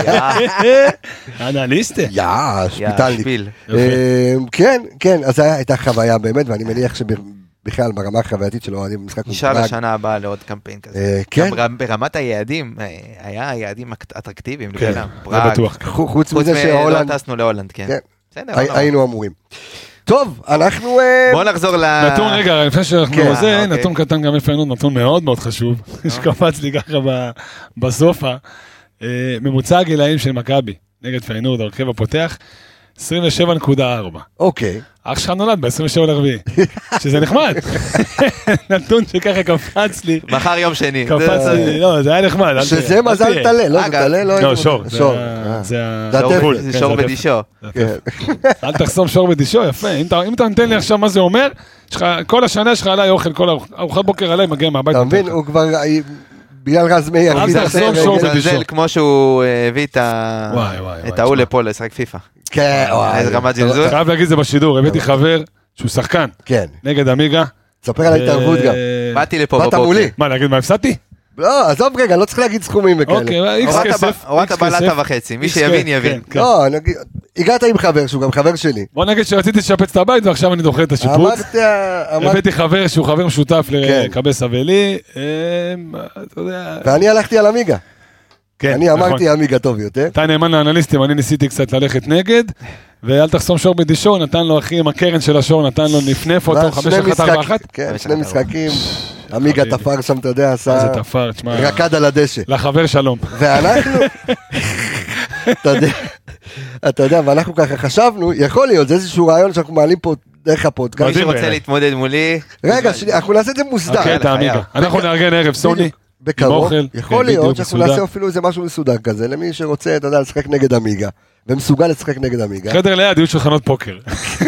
אנליסטה. יא, יא, שפיטלניק. שפיל. אה, כן, כן, אז היה- הייתה חוויה באמת, ואני מניח שבכלל ברמה החווייתית של אוהדים במשחק נשאר מפראג, לשנה הבאה לעוד קמפיין כזה. אה, כן, גם ברמת היעדים, אה, היה יעדים אטרקטיביים כן, לכולם. זה פראג. בטוח. חו- חוץ חוץ מזה מלא שהולנד, טסנו להולנד, כן. כן. בסדר, לא הי- נורא. היינו אמורים. טוב, אנחנו... אה, בוא נחזור ל... נתון רגע, לפני שאנחנו כן, זה, אוקיי. נתון קטן גם לפנינו, נתון מאוד מאוד חשוב, שקפץ לי ככה ב- בסופה, אה, ממוצע הגילאים של מכבי, נגד פיינורד, הרכב הפותח, עשרים ושבע נקודה ארבע. אוקיי, אח שלך נולד ב-עשרים ושבע לרביעי, שזה נחמד. נתון שככה קפץ לי, מחר יום שני. קפץ זה- לי, לא, זה היה נחמד. אל שזה תהיה, אל מזל תהיה. טלה, לא, זה אגב, טלה, לא... לא, שור, זה שור, ה- אה. זה ה- זה שור הטפל. בול, זה כן, שור הטפל. בדישו. זה כן. הטפל. אל תחסום שור בדישו, יפה. אם אתה- אם אתה נותן לי עכשיו מה זה אומר, יש לך- כל השנה יש לך עליי אוכל, כל האוכ- ארוחת בוקר עליי מגיע מהבית. אתה מבין, הוא כבר... בגלל רז מאיר. אל הוא תחזור מזלזל, שור רגע. בדישו. מזלזל כמו שהוא אה, הביא את ה- וואי, וואי, את וואי, ההוא תשמע. לפה לשחק פיפא. כן, וואי. איזה רמת זלזול. חייב להגיד את זה בשידור, הבאתי חבר שהוא שחקן כן, נגד עמיגה. תספר על ההתערבות גם. אה, באתי לפה באת בבוקר. מולי. מה, להגיד מה הפסדתי? לא, עזוב רגע, לא צריך להגיד סכומים וכאלה. אוקיי, איקס הורדת כסף. ב- הורדת איקס בלטה כסף. וחצי, מי איקס שיבין כן, יבין. כן, כן. לא, נגיד, הגעת עם חבר שהוא גם חבר שלי. בוא נגיד שרציתי לשפץ את הבית ועכשיו אני דוחה את השיפוץ. אמרת, אמרת, הבאתי חבר שהוא חבר משותף כן. לקבסה ולי. אה, אתה יודע. ואני הלכתי על עמיגה. כן, אני נכון. אמרתי עמיגה טוב יותר. אתה נאמן לאנליסטים, אני ניסיתי קצת ללכת נגד, ואל תחסום שור בדישו, נתן לו אחי עם הקרן של השור, נתן לו נפנף אותו, ואז חמש שני אחת ארבע משחק- אחת. כן, חמש שני אחת ארבע. משחקים. עמיגה חביבי. תפר שם, אתה יודע, עשה... איזה תפר, תשמע, רקד על הדשא. לחבר שלום. ואנחנו, אתה יודע, אתה יודע, ואנחנו ככה חשבנו, יכול להיות, זה איזשהו רעיון שאנחנו מעלים פה דרך הפודקאסט. מי מדהים שרוצה בעיניי. להתמודד מולי, רגע, שנייה, אנחנו נעשה את זה מוסדר. הקטע יאללה, עמיגה. חייב. אנחנו נארגן ערב סוני. בדיוק. בקרוב, אוכל, יכול כן, להיות בדיוק, שאנחנו מסודר. נעשה אפילו איזה משהו מסודר כזה, למי שרוצה, אתה יודע, לשחק נגד עמיגה, ומסוגל לשחק נגד עמיגה. חדר ליד, יהיו שולחנות פוקר.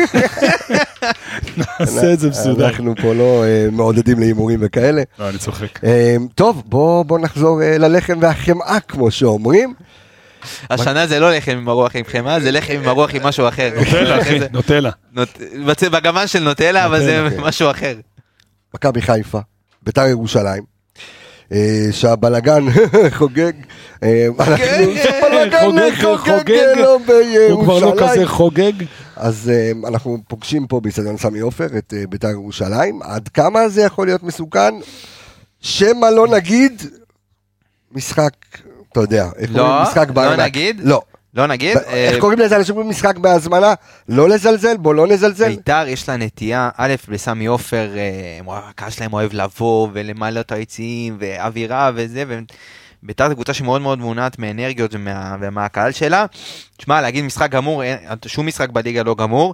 נעשה את זה מסודר. אנחנו פה לא אה, מעודדים להימורים וכאלה. לא, אני צוחק. אה, טוב, בוא בוא נחזור אה, ללחם והחמאה, כמו שאומרים. השנה זה לא לחם עם הרוח עם חמאה, זה לחם עם הרוח עם משהו אחר. נוטלה, אחי, זה- נוטלה. נות- בצ- בגוון של נוטלה, אבל זה נוטלה, כן. משהו אחר. מכבי חיפה, ביתר ירושלים, אה, שהבלגן חוגג, אה, אנחנו- שהבלגן חוגג, חוגג חוגג. לו הוא כבר לא כזה בירושלים. חוגג. אז אה, אנחנו פוגשים פה באצטדיון סמי עופר את אה, ביתר ירושלים, עד כמה זה יכול להיות מסוכן, שמא לא נגיד משחק, אתה יודע, איך לא, קוראים משחק לא בארנק? נגיד. לא. לא נגיד, איך אה, קוראים לזה? אנשים אומרים משחק בהזמנה, לא לזלזל, בוא לא נזלזל. ביתר יש לה נטייה, א', בסמי עופר, אה, הקהל שלהם אוהב לבוא ולמלא את היציעים, ואווירה וזה, והם ביתר זו קבוצה שמאוד מאוד מונעת מאנרגיות ומהקהל שלה. תשמע, להגיד משחק גמור, שום משחק בליגה לא גמור.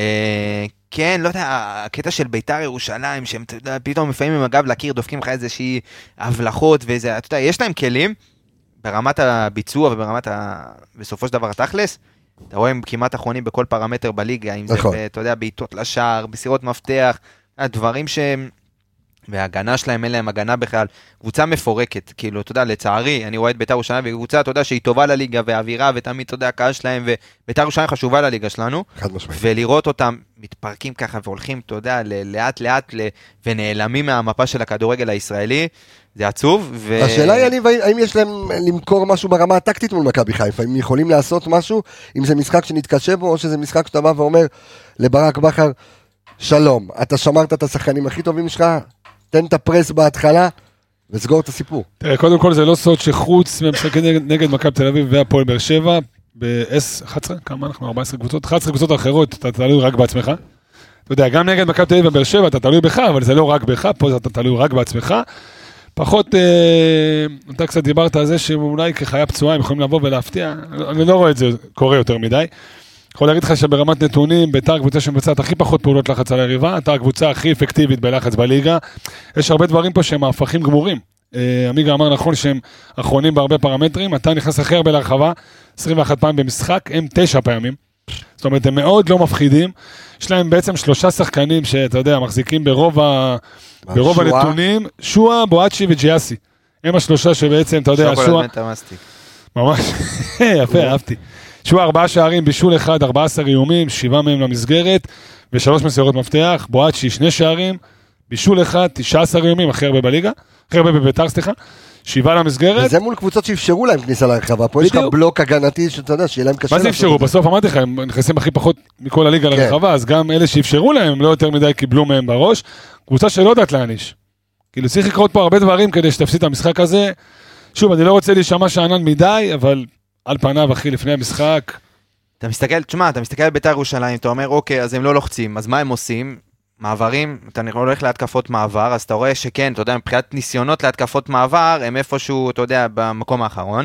כן, לא יודע, הקטע של ביתר ירושלים, שהם פתאום לפעמים עם הגב להכיר, דופקים לך איזושהי הבלחות, ואיזה, אתה יודע, יש להם כלים, ברמת הביצוע וברמת ה... בסופו של דבר התכלס, אתה רואה הם כמעט אחרונים בכל פרמטר בליגה, אם זה, אתה יודע, בעיטות לשער, בסירות מפתח, הדברים שהם, וההגנה שלהם, אין להם הגנה בכלל, קבוצה מפורקת, כאילו, אתה יודע, לצערי, אני רואה את ביתר ירושלים, וקבוצה, אתה יודע, שהיא טובה לליגה, והאווירה, ותמיד, אתה יודע, הקהל שלהם, וביתר ירושלים חשובה לליגה שלנו, ולראות אותם מתפרקים ככה, והולכים, אתה יודע, לאט לאט, ונעלמים מהמפה של הכדורגל הישראלי, זה עצוב, ו... השאלה היא, אני, האם יש להם למכור משהו ברמה הטקטית מול מכבי חיפה, אם יכולים לעשות משהו, אם זה משחק שנתקשה בו, או שזה משחק שאתה בא ואומר לברק בכר, שלום, אתה שמרת את השחקנים הכי טובים שלך, תן את הפרס בהתחלה, וסגור את הסיפור. תראה, קודם כל זה לא סוד שחוץ ממשחקים נגד, נגד מכבי תל אביב והפועל באר שבע, ב-עשר, אחת עשרה, כמה אנחנו? ארבע עשרה קבוצות? אחת עשרה קבוצות אחרות, אתה תלוי רק בעצמך. אתה יודע, גם נגד מכבי תל אביב ובאר שבע, אתה תלוי בך, אבל זה לא רק בך, פה אתה תלוי רק בעצמך. פחות, אה, אתה קצת דיברת על זה שאולי כחיה פצועה הם יכולים לבוא ולהפתיע, אני לא רואה את זה קורה יותר מדי. יכול להגיד לך שברמת נתונים, ביתר הקבוצה שמבצעת הכי פחות פעולות לחץ על היריבה, אתה הקבוצה הכי אפקטיבית בלחץ בליגה. יש הרבה דברים פה שהם ההפכים גמורים. עמיגה אמר נכון שהם אחרונים בהרבה פרמטרים, אתה נכנס הכי הרבה להרחבה, עשרים ואחת פעם במשחק, הם תשע פעמים. זאת אומרת, הם מאוד לא מפחידים. יש להם בעצם שלושה שחקנים שאתה יודע, מחזיקים ברוב, ה... ברוב הנתונים, שואה, בואצ'י וג'יאסי. הם השלושה שבעצם, אתה יודע, שואה... ממש, יפה, אהבתי. שואה ארבעה שערים, בישול אחד, ארבעה עשר איומים, שבעה מהם למסגרת, ושלוש מסירות מפתח, בואצ'י שני שערים, בישול אחד, תשעה עשר איומים, הכי הרבה בליגה, הכי הרבה בביתר, סליחה, שבעה למסגרת. וזה מול קבוצות שאפשרו להם כניסה להרחבה, פה יש לך בלוק הגנתי שאתה יודע, שיהיה להם קשה. מה זה אפשרו? בסוף אמרתי לך, הם נכנסים הכי פחות מכל הליגה להרחבה, אז גם אלה שאפשרו להם, הם לא יותר מדי קיבלו מהם בראש, קבוצה שלא יודעת להעניש. כאילו צריך לקרות פה הרבה דברים כדי שתפסיד את המשחק הזה. שוב, אני לא רוצה להישמע שענן מדי, אבל על פניו, אחי, לפני המשחק. אתה מסתכל, תשמע, אתה מסתכל על ביתר ירושלים, אתה אומר, אוקיי, אז הם לא לוחצים, אז מה הם עושים? מעברים, אתה הולך להתקפות מעבר, אז אתה רואה שכן, אתה יודע, מבחינת ניסיונות להתקפות מעבר, הם איפשהו, אתה יודע, במקום האחרון,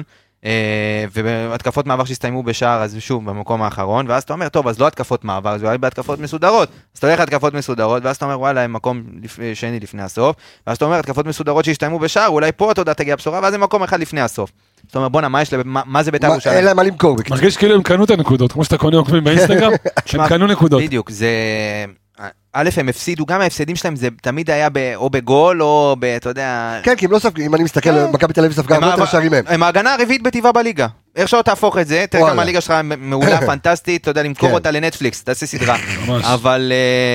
והתקפות מעבר שהסתיימו בשער, אז שוב, במקום האחרון, ואז אתה אומר, טוב, אז לא התקפות מעבר, אז אולי בהתקפות מסודרות, אז אתה הולך להתקפות מסודרות, ואז אתה אומר, וואלה, הם מקום שני לפני הסוף, ואז אתה אומר, התקפות מסודרות שהסתיימו בשער, אולי פה, אתה יודע, תגיע בשורה, ואז הם מקום אחד לפני הסוף. זאת אומרת, בוא'נה, מה יש לב... מה זה ביתר ירושלים? אין להם מה למכור. מרגיש כאילו הם קנו את הנקודות, כמו שאתה קונה עוקבים באינסטגרם, הם קנו נקודות. בדיוק, זה... א', הם הפסידו, גם ההפסדים שלהם זה תמיד היה או בגול או ב... אתה יודע... כן, כי הם לא ספגו, אם אני מסתכל, מכבי תל אביב ספגה הרבה יותר שערים מהם. הם ההגנה הרביעית בטבעה בליגה. איך שלא תהפוך את זה, תראה כמה הליגה שלך מעולה, פנטסטית, אתה יודע, למכור אותה לנטפליקס, תעשה סדרה. אבל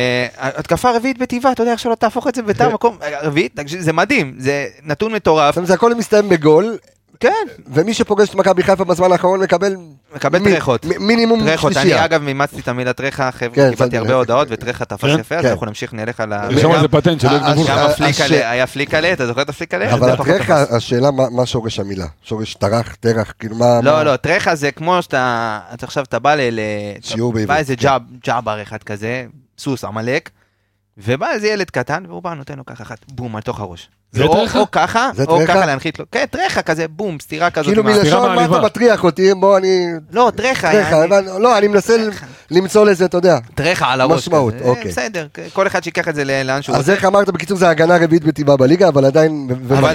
התקפה רביעית בטבעה, אתה יודע, איך שלא תהפוך את זה ביתר מקום רביעית, זה מדהים, זה נתון מטורף. זה הכל מסתיים בגול. כן. ומי שפוגש את מכבי חיפה בזמן האחרון מקבל... מקבל טרחות. מינימום שלישייה. אני אגב מימצתי את המילה טרחה, קיבלתי הרבה הודעות, וטרחה תפס יפה, אז אנחנו נמשיך נלך על ה... יש איזה פטנט שלא יגנבו לך. היה פליקלה, אתה זוכר את הפליקלה? אבל הטרחה, השאלה מה שורש המילה? שורש טרח, טרח, כאילו מה... לא, לא, טרחה זה כמו שאתה... עכשיו אתה בא ל... שיעור בעברית. בא איזה ג'אבר אחד כזה, סוס, עמלק, ובא איזה ילד קטן, והוא בא נותן לו ככה אחת, בום, על תוך הראש. זה טרחה? או ככה, או ככה להנחית לו. כן, טרחה כזה, בום, סתירה כזאת. כאילו מלשון מה אתה מטריח אותי, בוא אני... לא, טרחה. לא, אני מנסה למצוא לזה, אתה יודע. טרחה על הראש. משמעות, אוקיי. בסדר, כל אחד שיקח את זה לאן שהוא... אז איך אמרת, בקיצור זה ההגנה רביעית בטבעה בליגה, אבל עדיין...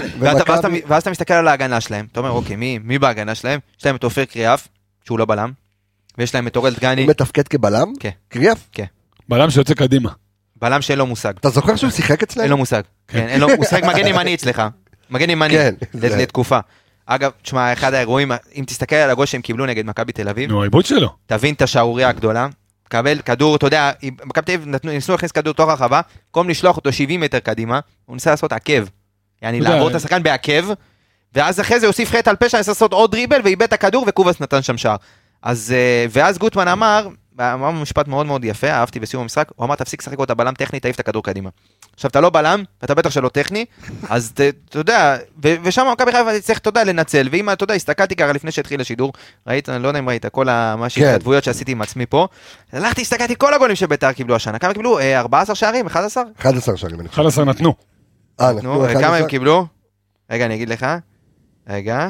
ואז אתה מסתכל על ההגנה שלהם, אתה אומר, אוקיי, מי בהגנה שלהם? יש להם את אופיר קריאף, שהוא לא בלם, ויש להם את אורל דגני. הוא מתפקד כבלם? כן. קריאף? כן. בלם שיוצא קדימה. בלם שאין לו מושג. אתה זוכר שהוא שיחק אצלם? אין לו מושג. כן, אין לו מושג מגן ימני אצלך. מגן ימני. לתקופה. אגב, תשמע, אחד האירועים, אם תסתכל על הגול שהם קיבלו נגד מכבי תל אביב, נו, העיבוד שלו. תבין את השערוריה הגדולה, קבל כדור, אתה יודע, מכבי תל אביב ניסו להכניס כדור תוך הרחבה, במקום לשלוח אותו שבעים מטר קדימה, הוא ניסה לעשות עקב. יעני, לעבור את השחקן בעקב, ואז אחרי זה הוסיף חטא על פשע, ניסה לעשות עוד דריבל, ואיבד את הכדור, וקובס נתן שם שער. אז, ואז גוטמן אמר, אמר משפט מאוד מאוד יפה, אהבתי בסיום המשחק, הוא אמר, תפסיק לשחק אותה בלם טכני, תעיף את הכדור קדימה. עכשיו, אתה לא בלם, ואתה בטח שלא טכני, אז אתה יודע, ושם מכבי חיפה צריך, אתה יודע, לנצל, ואם אתה יודע, הסתכלתי ככה לפני שהתחיל השידור, ראית, אני לא יודע אם ראית, כל ההתכתבויות שעשיתי עם עצמי פה, הלכתי, הסתכלתי כל הגולים שביתר קיבלו השנה, כמה קיבלו? ארבעה עשר שערים, אחד עשר? אחד עשר שערים. אחד עשר נתנו. אה, נתנו. כמה הם קיבלו? רגע, אני אגיד לך. רגע,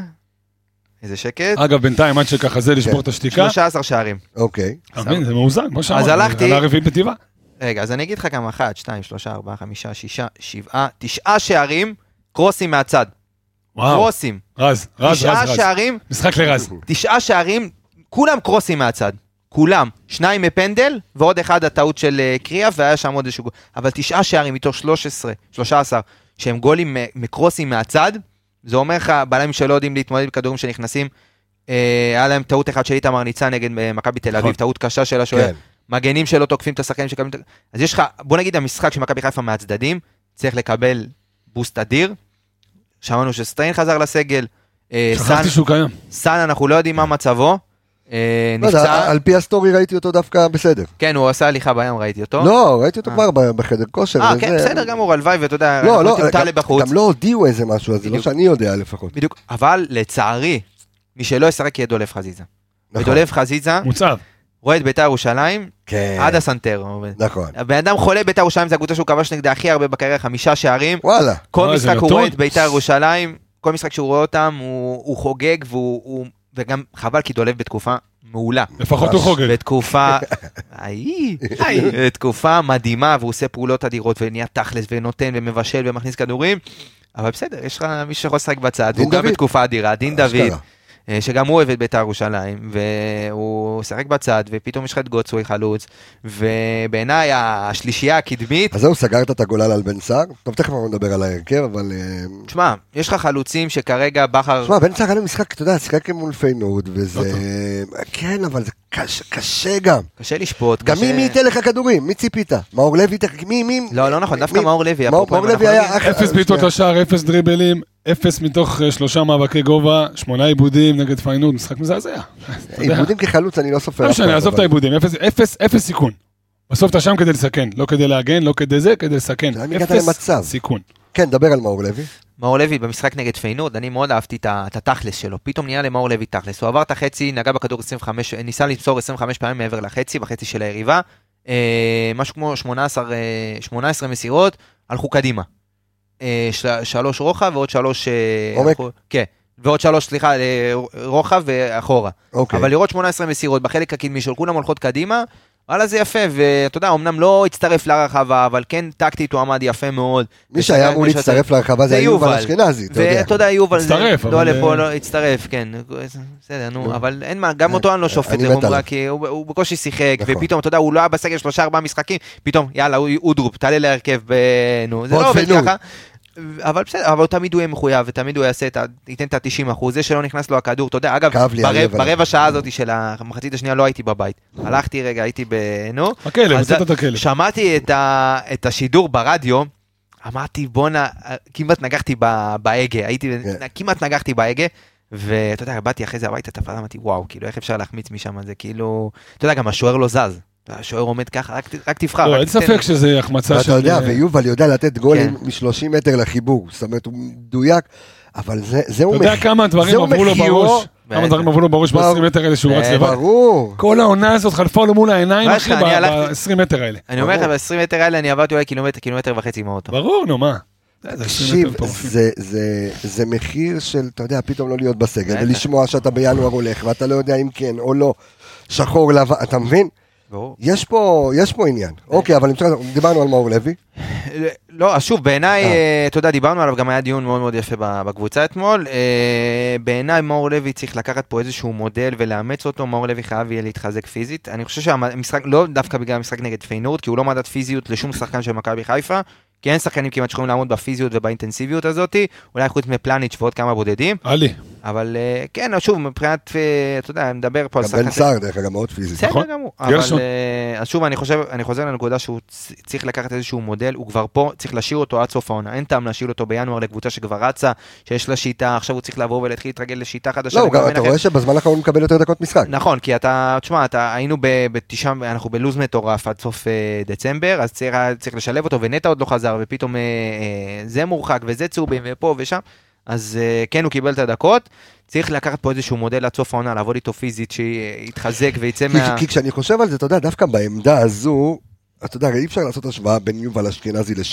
איזה שקט. אגב, בינתיים, עד שככה זה לשבור את השתיקה. שלושה עשר שערים. אוקיי. תבין, זה מאוזן, כמו שאמרת. אז הלכתי... על הרביעית בטבעה. רגע, אז אני אגיד לך כמה, אחת, שתיים, שלושה, ארבעה, חמישה, שישה, שבעה, תשעה שערים, קרוסים מהצד. וואו. קרוסים. רז, רז, רז, תשעה רז. שערים, משחק לרז. תשעה שערים, כולם קרוסים מהצד. כולם. שניים מפנדל, ועוד אחד הטעות של קריאה, והיה שם עוד איזשהו... אבל תשעה שערים מתוך שלוש עשרה, שלוש עשרה, שהם גולים מקרוסים מהצד, זה אומר לך, בלמים שלא יודעים להתמודד בכדורים שנכנסים, היה להם טעות אחד של איתמר ניצן נגד מכבי תל אביב, טעות קשה של השוער. מגנים שלא תוקפים את השחקנים שקבלים... אז יש לך, בוא נגיד, המשחק של מכבי חיפה מהצדדים, צריך לקבל בוסט אדיר. שמענו שסטריין חזר לסגל. שכחתי שהוא קיים. סן, אנחנו לא יודעים מה מצבו. לא יודע, על פי הסטורי ראיתי אותו דווקא בסדר. כן, הוא עשה הליכה בים, ראיתי אותו. לא, ראיתי אותו כבר בחדר כושר. אה, כן, בסדר גמור, הלוואי, ואתה יודע, לא, לא, גם לא הודיעו איזה משהו, אז זה לא שאני יודע לפחות. בדיוק, אבל לצערי, מי שלא ישחק יהיה דולף חזיזה. ודולף חזיזה, מוצב. רואה את בית"ר ירושלים, עד הסנטר. נכון. הבן אדם חולה בית"ר ירושלים, זה הקבוצה שהוא כבש נגדה הכי הרבה בקריירה, חמישה שערים. וואלה. כל משחק הוא רואה את בית"ר ירושלים, כל משחק שהוא רואה אותם, הוא חוגג, וגם חבל כי דולף בתקופה מעולה. לפחות הוא חוגג. בתקופה, איי, בתקופה מדהימה, והוא עושה פעולות אדירות, ונהיה תכלס, ונותן, ומבשל, ומכניס כדורים, אבל בסדר, יש לך מי שיכול לשחק בצד, והוא גם בתקופה אדירה, דין דוד, שגם הוא אוהב את בית"ר ירושלים, והוא שחק בצד, ופתאום יש לך את גוצוי חלוץ, ובעיניי השלישייה הקדמית... אז זהו, סגרת את הגולל על בן סער? טוב, תכף אנחנו נדבר על ההרכב, אבל... תשמע, יש לך חלוצים שכרגע בחר... תשמע, בן סער היה משחק, אתה יודע, שיחק מול פיינורד, וזה... כן, אבל זה קשה גם. קשה לשפוט, גם מי ייתן לך כדורים? מי ציפית? מאור לוי? מי, מי... לא, לא נכון, דווקא מאור לוי. מאור לוי היה... אפס בעיטות לשער, אפס דריבלים. אפס מתוך שלושה מאבקי גובה, שמונה עיבודים נגד פיינורד, משחק מזעזע. עיבודים כחלוץ אני לא סופר. לא משנה, עזוב את העיבודים, אפס סיכון. בסוף אתה שם כדי לסכן, לא כדי להגן, לא כדי זה, כדי לסכן. אפס סיכון. כן, דבר על מאור לוי. מאור לוי במשחק נגד פיינורד, אני מאוד אהבתי את התכלס שלו, פתאום נהיה למאור לוי תכלס, הוא עבר את החצי, נגע בכדור עשרים וחמש, ניסה למסור עשרים וחמש פעמים מעבר לחצי, בחצי של היריבה, משהו כמו שמונה עשרה מסירות, הלכו קדימה. שלוש רוחב ועוד שלוש... עומק? כן, ועוד שלוש, סליחה, רוחב ואחורה. אבל לראות שמונה עשרה מסירות בחלק הקדמי של כולם הולכות קדימה, וואלה זה יפה, ואתה יודע, אמנם לא הצטרף לרחבה, אבל כן טקטית הוא עמד יפה מאוד. מי שהיה אמור להצטרף לרחבה זה יובל אשכנזי, אתה יודע. ואתה יודע, יובל... הצטרף, לא לפה, לא הצטרף, כן. בסדר, נו, אבל אין מה, גם אותו אני לא שופט למומרה, כי הוא בקושי שיחק, ופתאום, אתה יודע, הוא לא היה בסגל שלושה ארבעה משחקים, פתאום, יאללה, אודרופ, תעלה להרכב, נו, זה לא עובד ככה. אבל בסדר, אבל תמיד הוא יהיה מחויב, ותמיד הוא יעשה, ייתן את ה-תשעים אחוז, זה שלא נכנס לו הכדור, אתה יודע, אגב, ברבע שעה הזאת של המחצית השנייה לא הייתי בבית, הלכתי רגע, הייתי בנו, שמעתי את השידור ברדיו, אמרתי בונה, כמעט נגחתי בהגה, הייתי, כמעט נגחתי בהגה, ואתה יודע, באתי אחרי זה הביתה, תפעלה, אמרתי, וואו, כאילו, איך אפשר להחמיץ משם, זה כאילו, אתה יודע, גם השוער לא זז. השוער עומד ככה, רק תבחר. לא, אין ספק שזה החמצה של... אתה יודע, ויובל יודע לתת גולים מ-שלושים מטר לחיבור, זאת אומרת, הוא מדויק, אבל זה הוא... אתה יודע כמה דברים עברו לו בראש, כמה דברים עברו לו בראש ב-עשרים מטר האלה שהוא רץ לבד. ברור. כל העונה הזאת חלפה לו מול העיניים, אחי, ב-עשרים מטר האלה. אני אומר לך, ב-עשרים מטר האלה אני עברתי אולי קילומטר, קילומטר וחצי עם האוטו. ברור, נו, מה? תקשיב, זה מחיר של, אתה יודע, פתאום לא להיות בסגל, ולשמוע שאתה בינואר הולך, ואתה לא יודע אם כן או לא, שחור לבן, אתה מבין? יש פה, יש פה עניין. אוקיי, אבל דיברנו על מאור לוי. לא, אז שוב, בעיניי, אתה יודע, דיברנו עליו, גם היה דיון מאוד מאוד יפה בקבוצה אתמול. בעיניי, מאור לוי צריך לקחת פה איזשהו מודל ולאמץ אותו. מאור לוי חייב יהיה להתחזק פיזית. אני חושב שהמשחק, לא דווקא בגלל המשחק נגד פיינורד, כי הוא לא מדד פיזיות לשום שחקן של מכבי חיפה, כי אין שחקנים כמעט שיכולים לעמוד בפיזיות ובאינטנסיביות הזאת, אולי חוץ מפלניץ' ועוד כמה בודדים. עלי. אבל כן, שוב, מבחינת, אתה יודע, נדבר פה על שחקן... גם בן סער, דרך אגב, מאוד פיזית. בסדר גמור. אבל שוב, אני חושב, אני חוזר לנקודה שהוא צריך לקחת איזשהו מודל, הוא כבר פה, צריך להשאיר אותו עד סוף העונה. אין טעם להשאיר אותו בינואר לקבוצה שכבר רצה, שיש לה שיטה, עכשיו הוא צריך לעבור ולהתחיל להתרגל לשיטה חדשה. לא, אתה רואה שבזמן האחרון הוא מקבל יותר דקות משחק. נכון, כי אתה, תשמע, היינו בתשעה, אנחנו בלוז מטורף עד סוף דצמבר, אז צריך לשלב אותו, ונטע עוד לא חזר, ופתאום זה מורחק וזה צהובים ופה ושם. אז כן, הוא קיבל את הדקות, צריך לקחת פה איזשהו מודל עד סוף העונה, לעבוד איתו פיזית, שיתחזק ויצא מה... כי כשאני חושב על זה, אתה יודע, דווקא בעמדה הזו, אתה יודע, אי אפשר לעשות השוואה בין יובל אשכנזי לשרי.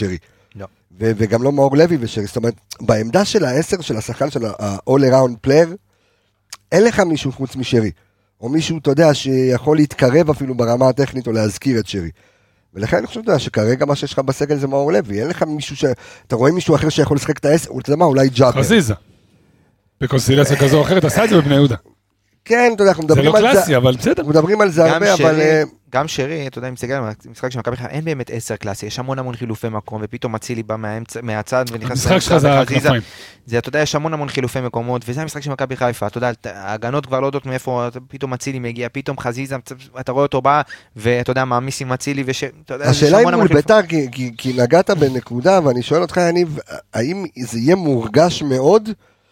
לא. ו- וגם לא מאור לוי ושרי, זאת אומרת, בעמדה של העשר של השחקן של ה-all around player, אין לך מישהו חוץ משרי, או מישהו, אתה יודע, שיכול להתקרב אפילו ברמה הטכנית, או להזכיר את שרי. ולכן אני חושב שכרגע מה שיש לך בסגל זה מאור לוי, אין לך מישהו ש... אתה רואה מישהו אחר שיכול לשחק את העשר, אתה יודע מה, אולי ג'אבר. חזיזה. בקונסטלציה כזו או אחרת, עשה את זה בבני יהודה. כן, אתה יודע, אנחנו זה מדברים לא על זה. קלאסי, אבל בסדר. אנחנו מדברים על זה הרבה, אבל... גם שרי, אתה יודע, עם סגל, משחק של מכבי חיפה, אין באמת עשר קלאסי, יש המון המון חילופי מקום, ופתאום מצילי בא מהצד ונכנס... המשחק שלך זה הכנפיים. זה, אתה יודע, יש המון המון חילופי מקומות, וזה המשחק של מכבי חיפה, אתה יודע, ההגנות כבר לא יודעות מאיפה, פתאום מצילי מגיע, פתאום חזיזה, אתה רואה אותו בא, ואתה יודע, מעמיס עם מצילי, השאלה היא מול ביתר, כי נגעת בנקודה, ואני שואל אותך, יניב, האם זה יהיה מורגש מאוד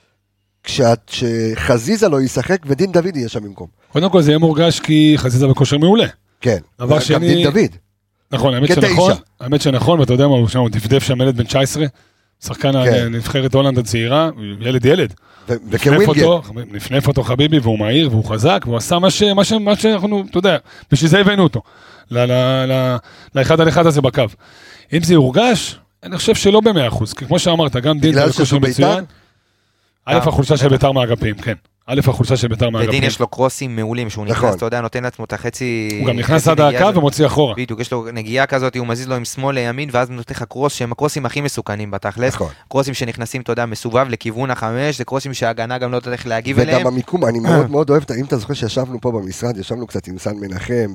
כשחזיזה לא ישחק ודין דוד יהיה שם במקום? קודם כל זה יהיה מורגש כי חזיזה בכושר מעולה. כן, דבר שני... גם דין דוד. נכון, האמת שנכון, האמת שנכון, ואתה יודע מה, הוא דפדף שם ילד בן תשע עשרה, שחקן הנבחרת הולנד הצעירה, ילד ילד. וכווינגר. נפנף אותו חביבי, והוא מהיר, והוא חזק, והוא עשה מה שאנחנו, אתה יודע, בשביל זה הבאנו אותו, לאחד על אחד הזה בקו. אם זה יורגש, אני חושב שלא במאה אחוז, כי כמו שאמרת, גם דין בכושר מצוין, א' החולשה של ביתר מהאגפים, כן. א' החולשה של ביתר מהאגפים. ודין יש לו קרוסים מעולים, שהוא נכנס, אתה יודע, נותן לעצמו את החצי... הוא גם נכנס עד הקו ומוציא אחורה. בדיוק, יש לו נגיעה כזאת, הוא מזיז לו עם שמאל לימין, ואז נותן לך קרוס, שהם הקרוסים הכי מסוכנים בתכלס. קרוסים שנכנסים, אתה יודע, מסובב לכיוון החמש, זה קרוסים שההגנה גם לא יודעת איך להגיב אליהם. וגם המיקום, אני מאוד מאוד אוהב, אם אתה זוכר שישבנו פה במשרד, ישבנו קצת עם סן מנחם,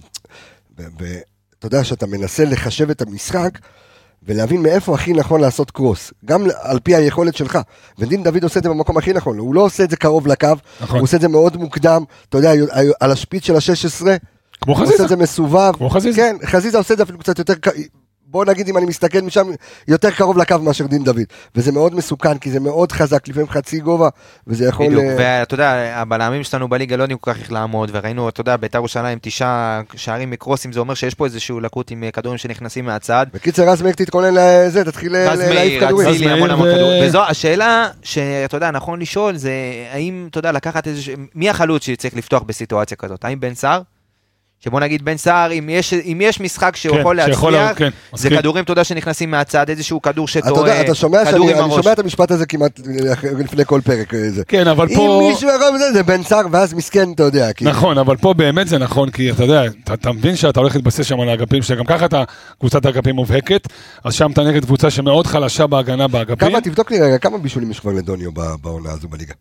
ואתה יודע שאתה מנסה לחשב את המשחק, ולהבין מאיפה הכי נכון לעשות קרוס, גם על פי היכולת שלך, ודין דוד עושה את זה במקום הכי נכון, הוא לא עושה את זה קרוב לקו, נכון. הוא עושה את זה מאוד מוקדם, אתה יודע, על השפיץ של ה-שש עשרה, כמו חזיזה, הוא עושה את זה מסובב, כמו חזיזה, כן, חזיזה עושה את זה אפילו קצת יותר, בוא נגיד אם אני מסתכל משם, יותר קרוב לקו מאשר דין דוד, וזה מאוד מסוכן, כי זה מאוד חזק, לפעמים חצי גובה, וזה יכול... בדיוק, ואתה יודע, הבלמים שלנו בליגה לא יודעים כל כך איך לעמוד, וראינו, אתה יודע, בית"ר ירושלים תשעה שערים מקרוסים, זה אומר שיש פה איזשהו לקות עם כדורים שנכנסים מהצד. בקיצר, רז מאיר תתכונן לזה, תתחיל להעיף כדורים. רז מאיר, המון המון כדורים. וזו השאלה שאתה יודע, נכון לשאול, זה האם, אתה יודע, לקחת איזשהו... מי החלוץ שצריך לפתוח בסיטואציה כזאת? האם בן סער? שבוא נגיד בן סער, אם יש, אם יש משחק שיכול להצליח, כן, זה כדורים, אתה יודע, שנכנסים מהצד, איזשהו כדור שטועה, אתה שומע שאני, אני שומע את המשפט הזה כמעט לפני כל פרק. כן, אבל פה... אם מישהו יכול בזה, זה בן סער, ואז מסכן, אתה יודע. נכון, אבל פה באמת זה נכון, כי אתה יודע, אתה מבין שאתה הולך להתבסס שם על האגפים, שגם ככה אתה קבוצת האגפים מובהקת, אז שם אתה נגד קבוצה שמאוד חלשה בהגנה באגפים. כמה, תבדוק לי רגע, כמה בישולים יש כבר לדוניו בעונה הזו בליגה?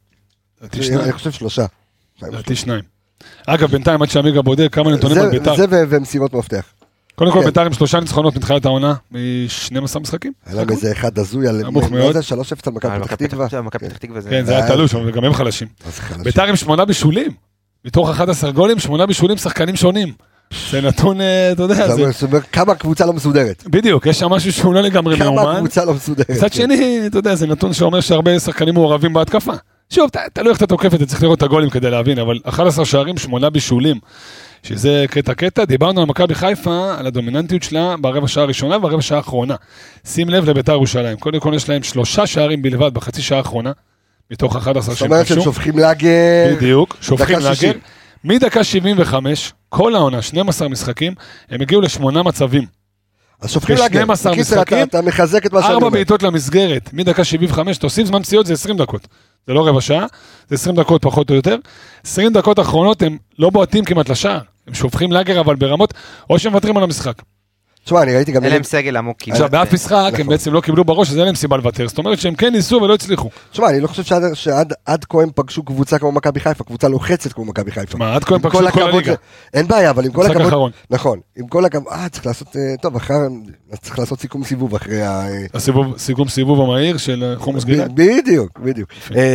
אני חושב שלושה. לדעתי שניים. אגב, בינתיים עד שעמיגה בודק כמה נתונים על ביתר. זה ומסירות מפתח. קודם כל ביתר עם שלושה ניצחונות מתחילת העונה, מ-שנים עשר משחקים. היה להם איזה אחד הזוי על... נמוך מאוד. שלוש אפס על מכבי פתח תקווה. כן, זה היה תלוש, וגם הם חלשים. ביתר עם שמונה בישולים. מתוך אחד עשר גולים, שמונה בישולים שחקנים שונים. זה נתון, אתה יודע, זה... כמה קבוצה לא מסודרת. בדיוק, יש שם משהו שהוא לא לגמרי מאומן. כמה קבוצה לא מסודרת. מצד שני, אתה יודע, זה נתון שאומר שהרבה שחקנים מעורבים בהתקפה. שוב, תלוי איך אתה תוקף את זה, צריך לראות את הגולים כדי להבין, אבל אחד עשר שערים, שמונה בישולים, שזה קטע קטע, דיברנו על מכבי חיפה, על הדומיננטיות שלה ברבע שעה הראשונה וברבע שעה האחרונה. שים לב לביתר ירושלים, קודם כל יש להם שלושה שערים בלבד בחצי שעה האחרונה, מתוך אחד עשר שהם זאת אומרת שהם שופכים לאגר, בדיוק, שופכים לאגר, מדקה שבעים וחמש, כל העונה, שנים עשר משחקים, הם הגיעו לשמונה מצבים. אז שופכים לאגר, משחקים, אתה מחזק את מה שאני אומר. ארבע בעיטות למסגרת, מדקה שבעים וחמש, תוסיף זמן פציעות, זה עשרים דקות. זה לא רבע שעה, זה עשרים דקות פחות או יותר. עשרים דקות האחרונות הם לא בועטים כמעט לשער. הם שופכים לאגר, אבל ברמות, או שהם מוותרים על המשחק. תשמע, אני ראיתי גם... אין להם סגל עמוק. עכשיו, באף משחק הם בעצם לא קיבלו בראש, אז אין להם סיבה לוותר. זאת אומרת שהם כן ניסו ולא הצליחו. תשמע, אני לא חושב שעד כה הם פגשו קבוצה כמו מכבי חיפה, קבוצה לוחצת כמו מכבי חיפה. מה, עד כה הם פגשו את כל הליגה. אין בעיה, אבל עם כל הכבוד... נכון, עם כל הכבוד... אה, צריך לעשות... טוב, אחר... צריך לעשות סיכום סיבוב אחרי ה... סיכום סיבוב המהיר של חומוס גלעד. בדיוק, בדיוק.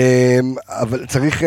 אבל צריך...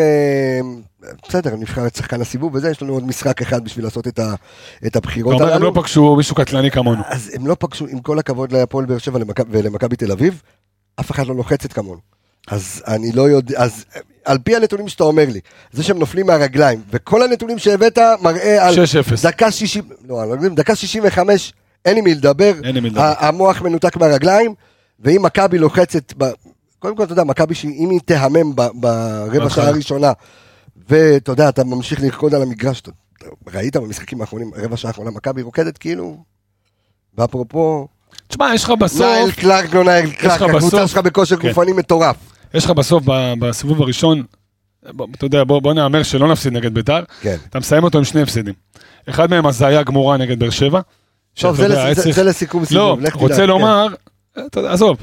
בסדר, נבחר את שחקן הסיבוב, וזה יש לנו עוד משחק אחד בשביל לעשות את, ה, את הבחירות הללו. הם לא פגשו מישהו קטלני כמונו. אז הם לא פגשו, עם כל הכבוד להפועל באר שבע ולמכבי תל אביב, אף אחד לא לוחצת כמונו. אז אני לא יודע, אז על פי הנתונים שאתה אומר לי, זה שהם נופלים מהרגליים, וכל הנתונים שהבאת מראה על שש אפס. דקה שישים, לא, דקה שישים וחמש, אין לי מי לדבר, אין לי מי לדבר. המוח מנותק מהרגליים, ואם מכבי לוחצת, קודם כל אתה יודע, מכבי שאם היא תהמם ברבע שעה הראשונה, ואתה יודע, אתה ממשיך לרקוד על המגרש, ראית במשחקים האחרונים, רבע שעה האחרונה, מכבי רוקדת כאילו, ואפרופו, תשמע, יש לך בסוף... נאיל קלארק, לא נאיל קלארק, הקבוצה שלך בכושר גופני מטורף. יש לך בסוף, בסיבוב הראשון, אתה יודע, בוא נאמר שלא נפסיד נגד בית"ר, אתה מסיים אותו עם שני הפסדים. אחד מהם הזיה גמורה נגד באר שבע. טוב, זה לסיכום סיבוב. לא, רוצה לומר... עזוב,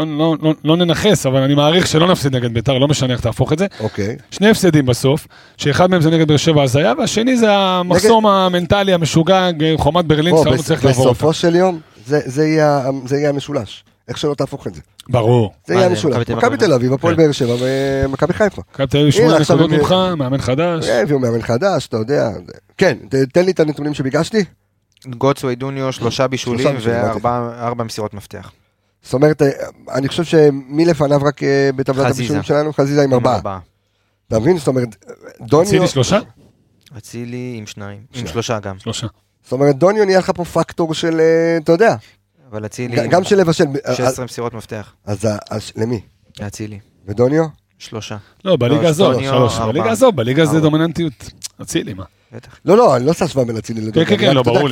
לא ננחס, אבל אני מעריך שלא נפסיד נגד בית"ר, לא משנה איך תהפוך את זה. שני הפסדים בסוף, שאחד מהם זה נגד באר שבע הזיה, והשני זה המחסום המנטלי המשוגע, חומת ברלין, שלא צריך לעבור אותה. בסופו של יום, זה יהיה המשולש. איך שלא תהפוך את זה. ברור. זה יהיה המשולש. מכבי תל אביב, הפועל באר שבע ומכבי חיפה. מכבי תל אביב שמונה נקודות ממך, מאמן חדש. הביאו מאמן חדש, אתה יודע. כן, תן לי את הנתונים שביקשתי. גוטסווי דוניו, שלושה בישולים וארבע מסירות מפתח. זאת אומרת, אני חושב שמי לפניו רק בטבלת הבישולים שלנו, חזיזה עם ארבעה. אתה מבין? זאת אומרת, דוניו... אצילי שלושה? אצילי עם שניים, עם שלושה גם. שלושה. זאת אומרת, דוניו נהיה לך פה פקטור של, אתה יודע. אבל אצילי... גם של לבשל... שש עשרה מסירות מפתח. אז למי? אצילי. ודוניו? שלושה. לא, בליגה הזו, שלוש. בליגה הזו, בליגה זה דומיננטיות. אצילי, מה? לא, לא, אני לא עושה השוואה בין אצילי לדוניו. כן, כן, לא, ברור לי.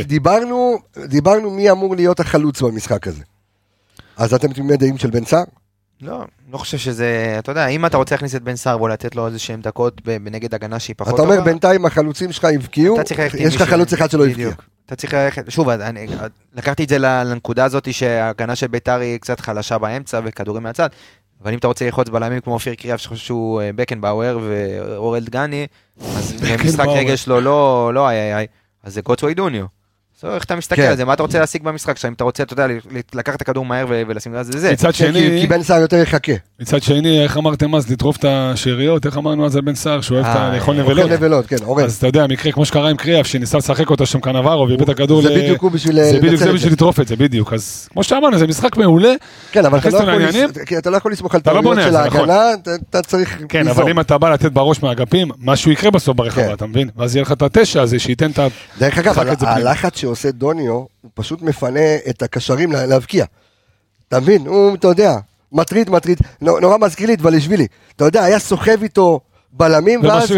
דיברנו מי אמור להיות החלוץ במשחק הזה. אז אתם תמימי דעים של בן סער? לא, לא חושב שזה, אתה יודע, אם אתה רוצה להכניס את בן סער בוא לתת לו איזה שהם דקות בנגד הגנה שהיא פחות טובה. אתה אומר בינתיים החלוצים שלך הבקיעו, יש לך חלוץ אחד שלא הבקיע. אתה צריך ללכת, שוב, אני לקחתי את זה לנקודה הזאת שההגנה של בית"ר היא קצת חלשה באמצע וכדורים מהצד, אבל אם אתה רוצה ללחוץ בלמים כמו אופיר קריאף שחושב שהוא בקנבאואר ואורל דגני, אז משחק רגל שלו לא, לא, איי, איי, אז זה גוטסווי דוניו. איך אתה מסתכל על זה, מה אתה רוצה להשיג במשחק שלך, אם אתה רוצה, אתה יודע, לקחת את הכדור מהר ולשים את זה, זה. מצד שני, כי בן סער יותר יחכה. מצד שני, איך אמרתם אז, לטרוף את השאריות, איך אמרנו אז על בן סער, שהוא אוהב את לאכול נבלות. אוכל נבלות, כן, אורן. אז אתה יודע, מקרה כמו שקרה עם קריאף, שניסה לשחק אותה שם קנברו, והביא את הכדור זה בדיוק הוא בשביל זה בדיוק זה בשביל לטרוף את זה, בדיוק. אז כמו שאמרנו, זה משחק מעולה. כן, אבל אתה לא יכול לסמוך על טעויות של ההגנה, אתה צריך כן, אבל אם אתה בא לתת בראש מהאגפים, משהו יקרה בסוף ברחבה, אתה מבין? ואז יהיה לך את התשע הזה שייתן את דרך אגב, הלחץ שעושה דוניו, הוא פשוט מפנה את הקשרים להבקיע. אתה מבין? הוא, אתה יודע, מטריד, מטריד, נורא מזכיר לי את ולשווילי. אתה יודע, היה סוחב איתו בלמים, ואז,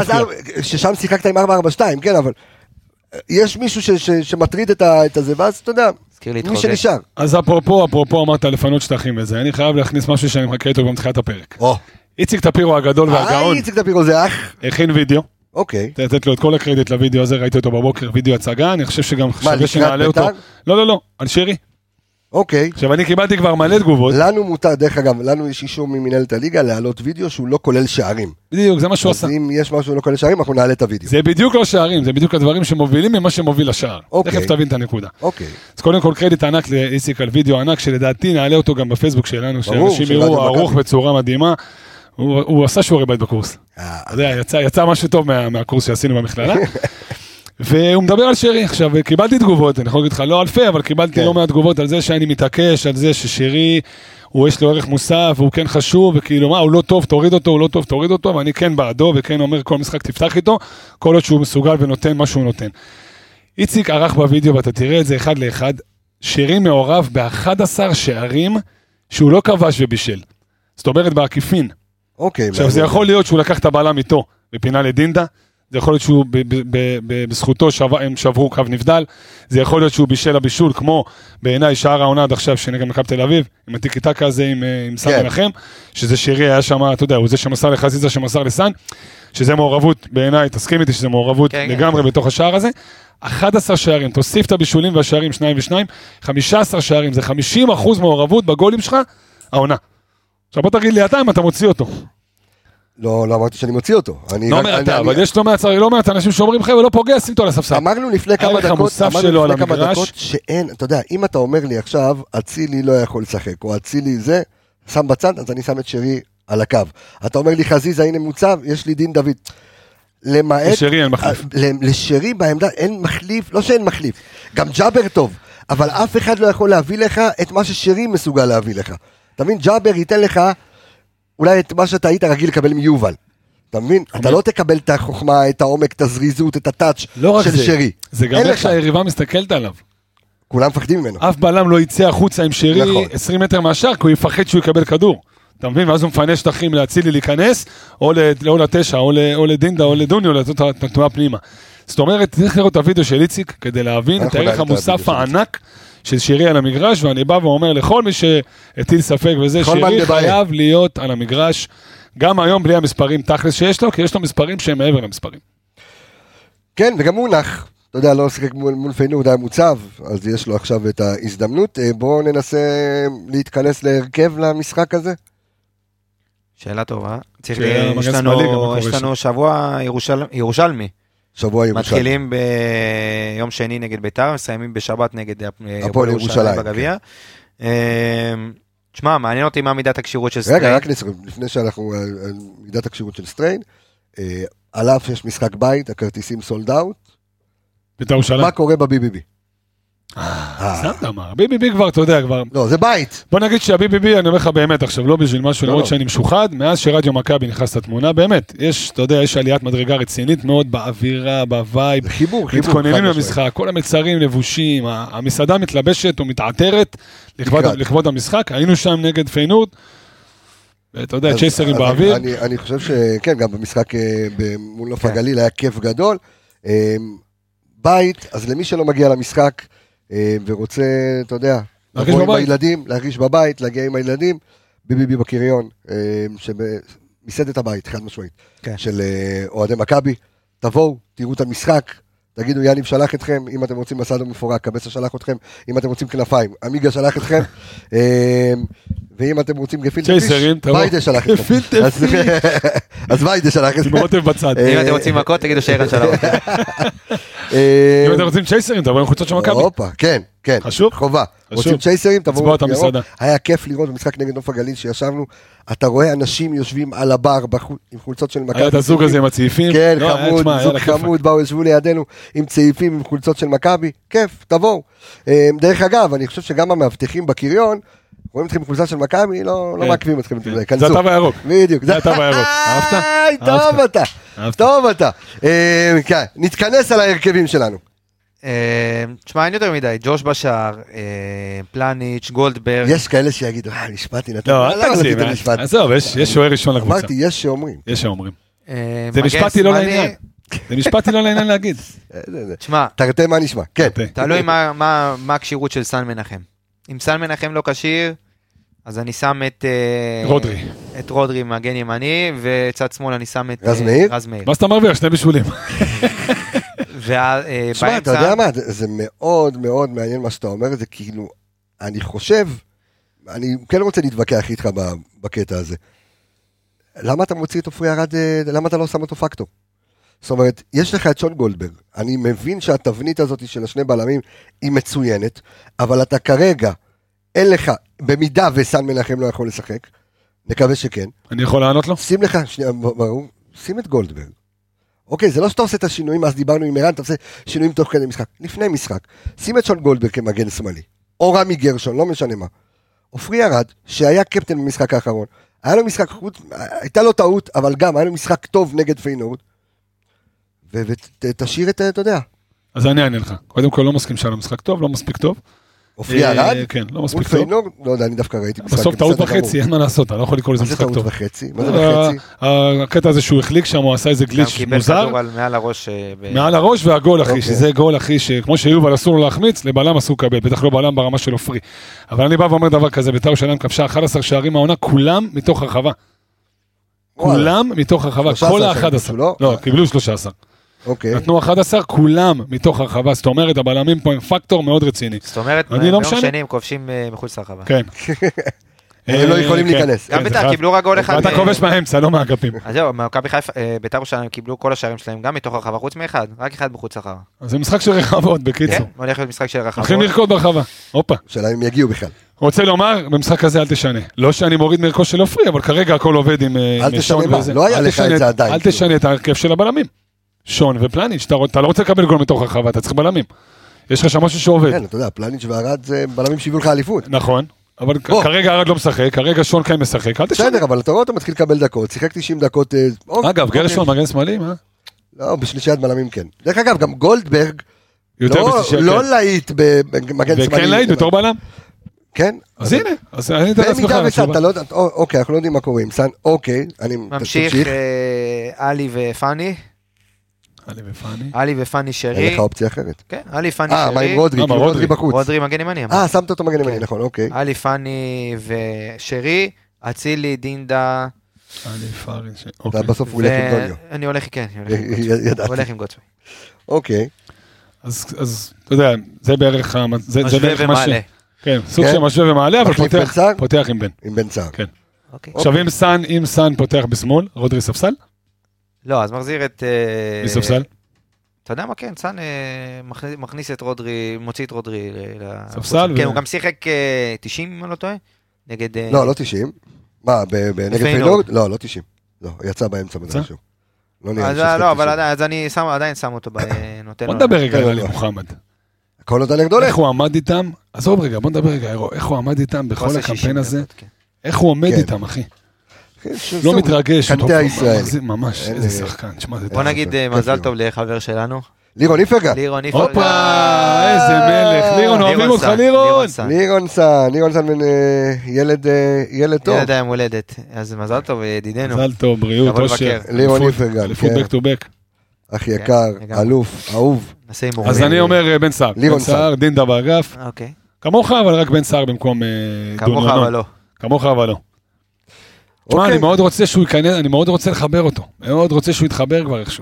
ששם שיחקת עם ארבע ארבע שתיים, כן, אבל יש מישהו שמטריד את הזה, ואז אתה יודע, מי שנשאר. אז אפרופו, אפרופו אמרת לפנות שטחים וזה, אני חייב להכניס משהו שאני מחכה איתו במתחילת הפרק. איציק טפירו הגדול והגאון. איציק טפירו זה אח. הכין וידאו. אוקיי. תתת לו את כל הקרדיט לוידאו הזה, ראיתי אותו בבוקר, וידאו הצגה, אני חושב שגם שווה שנעלה אותו. לא, לא, לא, על שירי. אוקיי. עכשיו אני קיבלתי כבר מלא תגובות. לנו מותר, דרך אגב, לנו יש אישור ממנהלת הליגה להעלות וידאו שהוא לא כולל שערים. בדיוק, זה מה שהוא עשה. אז אם יש משהו לא כולל שערים, אנחנו נעלה את הוידאו. זה בדיוק לא שערים, זה בדיוק הדברים שמובילים ממה שמוביל לשער. תכף תבין את הנקודה. אוקיי. אז קודם כל קרדיט ענק לאיציק על וידאו ענק, שלדעתי נעלה אותו גם בפייסבוק שלנו, שאנשים יראו ערוך בצורה מדהימה. הוא, הוא עשה שיעורי בית בקורס. אתה יודע, יצא, יצא משהו טוב מה, מהקורס שעשינו במכללה. והוא מדבר על שירי. עכשיו, קיבלתי תגובות, אני יכול להגיד לך לא אלפי, אבל קיבלתי לא מהתגובות על זה שאני מתעקש, על זה ששירי, הוא יש לו ערך מוסף, והוא כן חשוב, וכאילו מה, הוא לא טוב, תוריד אותו, הוא לא טוב, תוריד אותו, ואני כן בעדו, וכן אומר, כל משחק תפתח איתו, כל עוד שהוא מסוגל ונותן מה שהוא נותן. איציק ערך בווידאו, ואתה תראה את זה אחד לאחד, שירי מעורב ב-אחד עשר שערים, שהוא לא כבש ובישל. זאת אומרת, בעקיפין. אוקיי. עכשיו, זה יכול להיות שהוא לקח את הבעלה איתו, בפינה לדינדה, זה יכול להיות שהוא בזכותו הם שברו קו נבדל, זה יכול להיות שהוא בישל הבישול, כמו בעיניי שער העונה עד עכשיו, שנגד מכבי תל אביב, עם הטיקי טקה הזה, עם סן מנחם, שזה שירי היה שם, אתה יודע, הוא זה שמסר לחזיזה, שמסר לסן, שזה מעורבות בעיניי, תסכים איתי שזה מעורבות לגמרי בתוך השער הזה, אחד עשר שערים, תוסיף את הבישולים והשערים שניים ושניים, חמישה עשר שערים, זה חמישים אחוז מעורבות בגולים שלך, העונה. עכשיו בוא תגיד לי אתה אם אתה מוציא אותו. לא, לא אמרתי שאני מוציא אותו. לא מעט, אבל יש לא מעט, לא מעט אנשים שאומרים לך ולא פוגע, שים אותו על הספסל. אמרנו לפני כמה דקות, אמרנו לפני כמה דקות שאין, אתה יודע, אם אתה אומר לי עכשיו, אצילי לא יכול לשחק, או אצילי זה, שם בצד, אז אני שם את שרי על הקו. אתה אומר לי חזיזה, הנה מוצב, יש לי דין דוד. למעט... לשרי אין מחליף. לשרי בעמדה אין מחליף, לא שאין מחליף. גם ג'אבר טוב, אבל אף אחד לא יכול להביא לך את מה ששרי מסוגל להביא לך. אתה מבין, ג'אבר ייתן לך אולי את מה שאתה היית רגיל לקבל מיובל. אתה מבין? אתה לא תקבל את החוכמה, את העומק, את הזריזות, את הטאץ' של שרי. זה גם איך שהיריבה מסתכלת עליו. כולם מפחדים ממנו. אף בלם לא יצא החוצה עם שרי עשרים מטר מהשאר, כי הוא יפחד שהוא יקבל כדור. אתה מבין? ואז הוא מפנה שטחים להצילי להיכנס, או לתשע, או לדינדה, או לדוניו, לתת את התנועה פנימה. זאת אומרת, צריך לראות את הוידאו של איציק, כדי להבין את הערך המוסף הענק של שירי על המגרש, ואני בא ואומר לכל מי שהטיל ספק וזה, שירי חייב להיות על המגרש, גם היום בלי המספרים תכלס שיש לו, כי יש לו מספרים שהם מעבר למספרים. כן, וגם הוא נח, אתה יודע, לא שיחק מול, מול פיינורד, היה מוצב, אז יש לו עכשיו את ההזדמנות. בואו ננסה להתכנס להרכב למשחק הזה. שאלה טובה. צריך לי, יש לנו, יש לנו שבוע ירושל, ירושלמי. שבוע ירושלים. מתחילים ביום שני נגד ביתר, מסיימים בשבת נגד הפועל ירושלים בגביע. תשמע, מעניין אותי מה מידת הקשירות של סטריין. רגע, רק לפני שאנחנו, מידת הקשירות של סטריין, על אף יש משחק בית, הכרטיסים סולד אאוט. ביתר ירושלים. מה קורה ב-בי בי בי? שמת אמר, בי בי בי כבר, אתה יודע, כבר... לא, זה בית. בוא נגיד שה-בי בי בי, אני אומר לך באמת עכשיו, לא בשביל משהו, למרות שאני משוחד, מאז שרדיו מכבי נכנס לתמונה, באמת, יש, אתה יודע, יש עליית מדרגה רצינית מאוד באווירה, בווייב, חיבור, חיבור. מתכוננים למשחק, כל המצרים לבושים, המסעדה מתלבשת ומתעטרת לכבוד המשחק, היינו שם נגד פיינורד, ואתה יודע, צ'ייסרים באוויר. אני חושב שכן, גם במשחק מול נוף הגליל היה כיף גדול. בית, אז למי שלא מגיע למשחק, ורוצה, אתה יודע, לבוא עם הילדים, להרגיש בבית, להגיע עם הילדים, בי בי בי בקריון, שמסעדת הבית, חד משמעית, של אוהדי מכבי, תבואו, תראו את המשחק, תגידו, יאניב שלח אתכם, אם אתם רוצים מסעדה מפורק, קבסה שלח אתכם, אם אתם רוצים כנפיים, אמיגה שלח אתכם, ואם אתם רוצים גפילטה פיש, ויידה שלח אתכם. אז ויידה שלח אתכם. רוטב בצד. אם אתם רוצים מכות, תגידו שערן שלח אתכם. אם אתם רוצים צ'ייסרים, תבואו עם חולצות של מכבי. אופה, כן, כן. חשוב? חובה. רוצים צ'ייסרים, תבואו. את המסעדה. היה כיף לראות במשחק נגד נוף הגליל שישבנו, אתה רואה אנשים יושבים על הבר עם חולצות של מכבי. היה את הזוג הזה עם הצעיפים. כן, חמוד, זוג חמוד, באו ישבו לידינו עם צעיפים, עם חולצות של מכבי. כיף, תבואו. דרך אגב, אני חושב שגם המאבטחים בקריון, רואים אתכם חולצה של מכבי, לא מעכבים אתכם. זה התו הירוק. בדיוק. זה התו הירוק. אהבת? טוב אתה. טוב אתה. נתכנס על ההרכבים שלנו. תשמע, אין יותר מדי, ג'וש בשער, פלניץ', גולדברג. יש כאלה שיגידו, אה, משפטי, נתן. לא, אל תגזים, עזוב, יש שוער ראשון לקבוצה. אמרתי, יש שאומרים. יש שאומרים. זה משפטי לא לעניין. זה משפטי לא לעניין להגיד. תשמע, תרתי מה נשמע, כן. תלוי מה הקשירות של סן מנחם. אם סן מנחם לא קשיר, אז אני שם את רודרי. את רודרי מגן ימני, וצד שמאל אני שם את רז מאיר. מה שאתה מרוויח? שני בישולים. תשמע, אתה יודע מה, זה מאוד מאוד מעניין מה שאתה אומר, זה כאילו, אני חושב, אני כן רוצה להתווכח איתך בקטע הזה. למה אתה מוציא את אופרי ארד, למה אתה לא שם אותו פקטור? זאת אומרת, יש לך את שון גולדברג, אני מבין שהתבנית הזאת של השני בלמים היא מצוינת, אבל אתה כרגע, אין לך, במידה וסן מנחם לא יכול לשחק, נקווה שכן. אני יכול לענות לו? שים לך, שנייה, ברור, שים את גולדברג. אוקיי, זה לא שאתה עושה את השינויים, אז דיברנו עם אירן, אתה עושה שינויים תוך כדי משחק. לפני משחק, שים את שון גולדברג כמגן שמאלי, או רמי גרשון, לא משנה מה. אופרי ארד, שהיה קפטן במשחק האחרון, היה לו משחק חוץ, הייתה לו טעות, אבל גם היה לו משחק טוב נגד פיינורד, ותשאיר את, אתה יודע. אז אני אענה לך. קודם כל לא מסכים שהיה לו משחק טוב, לא מספיק טוב. אופרי ארד? כן, לא מספיק טוב. לא יודע, אני דווקא ראיתי משחק. בסוף טעות וחצי, אין מה לעשות, אתה לא יכול לקרוא לזה משחק טוב. מה זה טעות וחצי? מה זה וחצי? הקטע הזה שהוא החליק שם, הוא עשה איזה גליץ' מוזר. קיבל כדור מעל הראש. מעל הראש והגול אחי, שזה גול אחי, שכמו שיובל אסור לו להחמיץ, לבלם אסור לקבל, בטח לא בלם ברמה של אופרי. אבל אני בא ואומר דבר כזה, בית"ר ירושלים כבשה אחת עשרה שערים העונה, כולם מתוך הרחבה. כולם מתוך הרחבה, כל ה-אחד עשר. לא, קיבלו שלושה עשר. נתנו אחד עשר, כולם מתוך הרחבה, זאת אומרת, הבלמים פה הם פקטור מאוד רציני. זאת אומרת, ביום שני הם כובשים מחוץ לרחבה. כן. הם לא יכולים להיכנס. גם בית"ר קיבלו רק גול אחד. ואתה כובש מהאמצע, לא מהאגפים. אז זהו, מכבי חיפה, בית"ר ירושלים קיבלו כל השערים שלהם גם מתוך הרחבה, חוץ מאחד, רק אחד בחוץ לרחבה. אז זה משחק של רחבות, בקיצור. כן, הולך להיות משחק של רחבות. הולכים לרקוד ברחבה, הופה. שאלה אם יגיעו בכלל. רוצה לומר, במשחק הזה אל תשנה. לא שאני מוריד מרכו של אופרי, אבל כרגע הכל עובד עם שון וזה. לא היה לך את זה עדיין. אל תשנה את ההרכב של הבלמים. שון ופלניץ', אתה לא רוצה לקבל גול מתוך הרחבה, אתה צריך בלמים. יש לך שם משהו שעובד. כן, אתה יודע, פלניץ' וארד זה בלמים שהביאו לך אליפות. נכון, אבל כרגע ארד לא משחק, כרגע שון כן משחק, אל תשנה. בסדר, אבל אתה רואה, אתה מתחיל לקבל דקות, שיחק תשעים דקות. אגב, גרשון, מגן שמאלי, מה? לא, בשלישיית בלמים כן. דרך אגב, גם גולדברג, לא להיט במגן שמאלי. וכן להיט בתור בלם. כן. אז הנה, אז אני אתן לעצמך. במידה וסן, אתה לא יודע, אוקיי, אנחנו לא יודעים מה קורה עם סן, אוקיי, אני ממשיך, אלי ופני. עלי ופני. עלי ופני שרי. אין לך אופציה אחרת. כן, עלי פני אה, מה עם שרי. רודרי? אה, מה, כאילו רודרי? רודרי בחוץ. רודרי מגן ימני. אה, שמת אותו מגן ימני, נכון, אוקיי. עלי פני ושרי, אצילי, דינדה. עלי פארי. אוקיי. בסוף הוא הולך עם דוניו. אני הולך, כן, אני הולך עם גוטסווי. ידעתי. הולך עם גוטסווי. אוקיי. אז אתה יודע, זה בערך... משווה ומעלה. כן, סוג כן? של משווה ומעלה, אבל מחליף פותח, בן סער? פותח עם בן. עם בן סער. כן. אוקיי. עכשיו אם סן, אם סן פותח בשמאל, רודרי ספסל? לא, אז מחזיר את... אה, מי ספסל? אתה יודע מה, כן, סן אה, מכניס- מכניס את רודרי, מוציא את רודרי. ל- ל- ספסל כן, ו- הוא גם שיחק אה, תשעים, אם אני לא טועה. נגד... אה, לא, לא תשעים. מה, ב- ב- נגד פיינורד? פיינורד? לא, לא תשעים. לא, יצא באמצע מתישהו. לא נראה לי אז ששיחק לא, אבל תשעים. עדיין- אז אני שם- עדיין שם אותו, ב- נותן בוא לו... נדבר רגע כן, על עלי לא. מוחמד. הכל עוד הנגדו איך הוא עמד איתם, עזוב רגע, בוא נדבר רגע, איך הוא עמד איתם בכל עושה הקמפיין שישים הזה, דקות, כן. איך הוא עומד כן. איתם, אחי. לא מתרגש. קנטי הוא הישראלי. מחזיק- ממש, אין- איזה שחקן. שמע, זה בוא נגיד אה, כיף מזל לראות. טוב לחבר שלנו. לירון איפרגה. לירון איפרגה. הופה, איזה מלך. לירון, אוהבים אותך, סן, לירון. סן. לירון סן, לירון סן בן אה, ילד אה, ילד טוב. ילד היום הולדת. אז מזל טוב, ידידנו. מזל טוב, בריאות, תבוא אושר. לבקר. לירון אליפות, איפרגן, אליפות כן. back to back. אח יקר, לגמרי. אלוף, אהוב. נעשה הימורים. אז אני אומר אה, בן סער. לירון בן סער, דינדה באגף. אוקיי. כמוך, אבל רק בן סער במקום אה, כמוך דוניאנון. אבל לא. כמוך אבל לא. תשמע, אוקיי. אני מאוד רוצה שהוא ייכנס, אני מאוד רוצה לחבר אותו. מאוד רוצה שהוא יתחבר כבר איכשהו.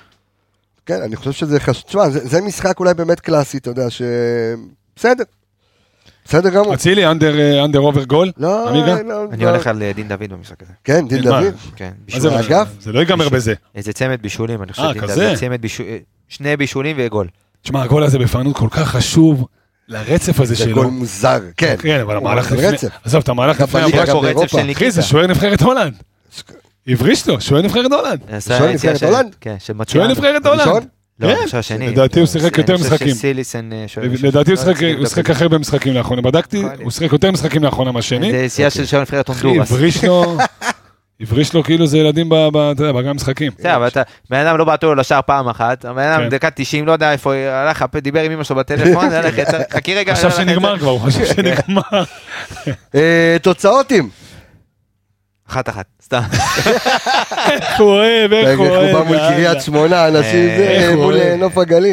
כן, אני חושב שזה חשוב. תשמע, זה זה משחק אולי באמת קלאסי, אתה יודע, ש... בסדר. בסדר גמור. אצילי, אנדר אנדר אובר גול. לא, עמיגה? לא, אני לא. הולך על דין דוד במשחק הזה. כן, דין מה? דוד. כן, מה זה, בישול. אגב? זה לא ייגמר בישול. בזה. איזה צמד בישולים, אני חושב. אה, דין כזה? דוד, צמד בישול- שני בישולים וגול. תשמע, הגול הזה בפענות כל כך חשוב לרצף הזה זה שלו. גול מוזר, כן. כן, אבל המהלך זה לפני... רצף. עזוב, את המהלך גם לפני... בליגה, המהלך- גם פה רצף באירופה. של אחי, ניקיטה. זה שוער נבחרת הולנד. הבריש לו, שוער נבחרת הולנד. עשה שוער יציאה נבחרת של- הולנד? כן, של שוער מציאנו. נבחרת ראשון? הולנד. לא, כן. אני חושב השני. לדעתי הוא שיחק יותר אני חושב משחקים. שסיליסן, אה, שוער- לדעתי הוא לא, שיחק- צריך הוא שיחק לבדוק. אחרי במשחקים לאחרונה. בדקתי, יכול להיות. הוא שיחק יותר משחקים לאחרונה מהשני. זה יציאה של שוער נבחרת אחי, הונדורס. הבריש לו... הבריש לו כאילו זה ילדים ב- ב- אתה יודע, בגן משחקים. בסדר, אבל אתה, בן אדם לא בעטו לו לשער פעם אחת, הבן אדם כן. דקה תשעים, לא יודע איפה, הלך, דיבר עם אמא שלו בטלפון, הלך, יצא- חכי רגע. חשב הלך, שנגמר יצא- כבר, הוא חשב שנגמר. אה, תוצאותים. אחת אחת, סתם. איך הוא אוהב, איך רגע, הוא איך אוהב. הוא בא מול יאללה. קריית שמונה, אנשים אה, זה, איך הוא מול אוהב. אה, נוף הגליל.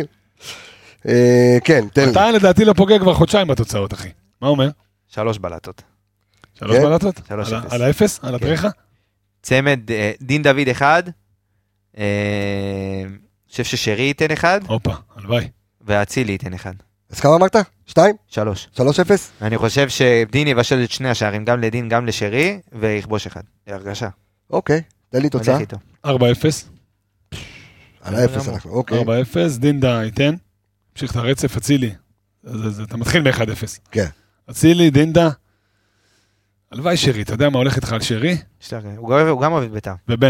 אה, כן, תן לי. אתה לדעתי לא פוגע כבר חודשיים בתוצאות, אחי. מה אומר? שלוש בלטות. שלוש כן? בלטות? שלוש על ה- אפס. על האפס? על הדריכה? צמד, אה, דין דוד אחד, אה, אני חושב ששרי ייתן אחד, הופה, הלוואי. ואצילי ייתן אחד. אז כמה אמרת? שתיים? שלוש. שלוש אפס? אני חושב שדין יבשל את שני השערים, גם לדין, גם לשרי, ויכבוש אחד. הרגשה. אוקיי, תן לי תוצאה. הולך איתו. ארבע אפס. על האפס אנחנו, אוקיי. ארבע אפס, דינדה ייתן. המשיך את הרצף, אצילי. זה- זה- אתה מתחיל מ-אחד אפס. כן. אצילי, דינדה. הלוואי שרי, אתה יודע מה הולך איתך על שרי? יש לה- הוא גם- הוא גם אוהב את בית"ר. ובן.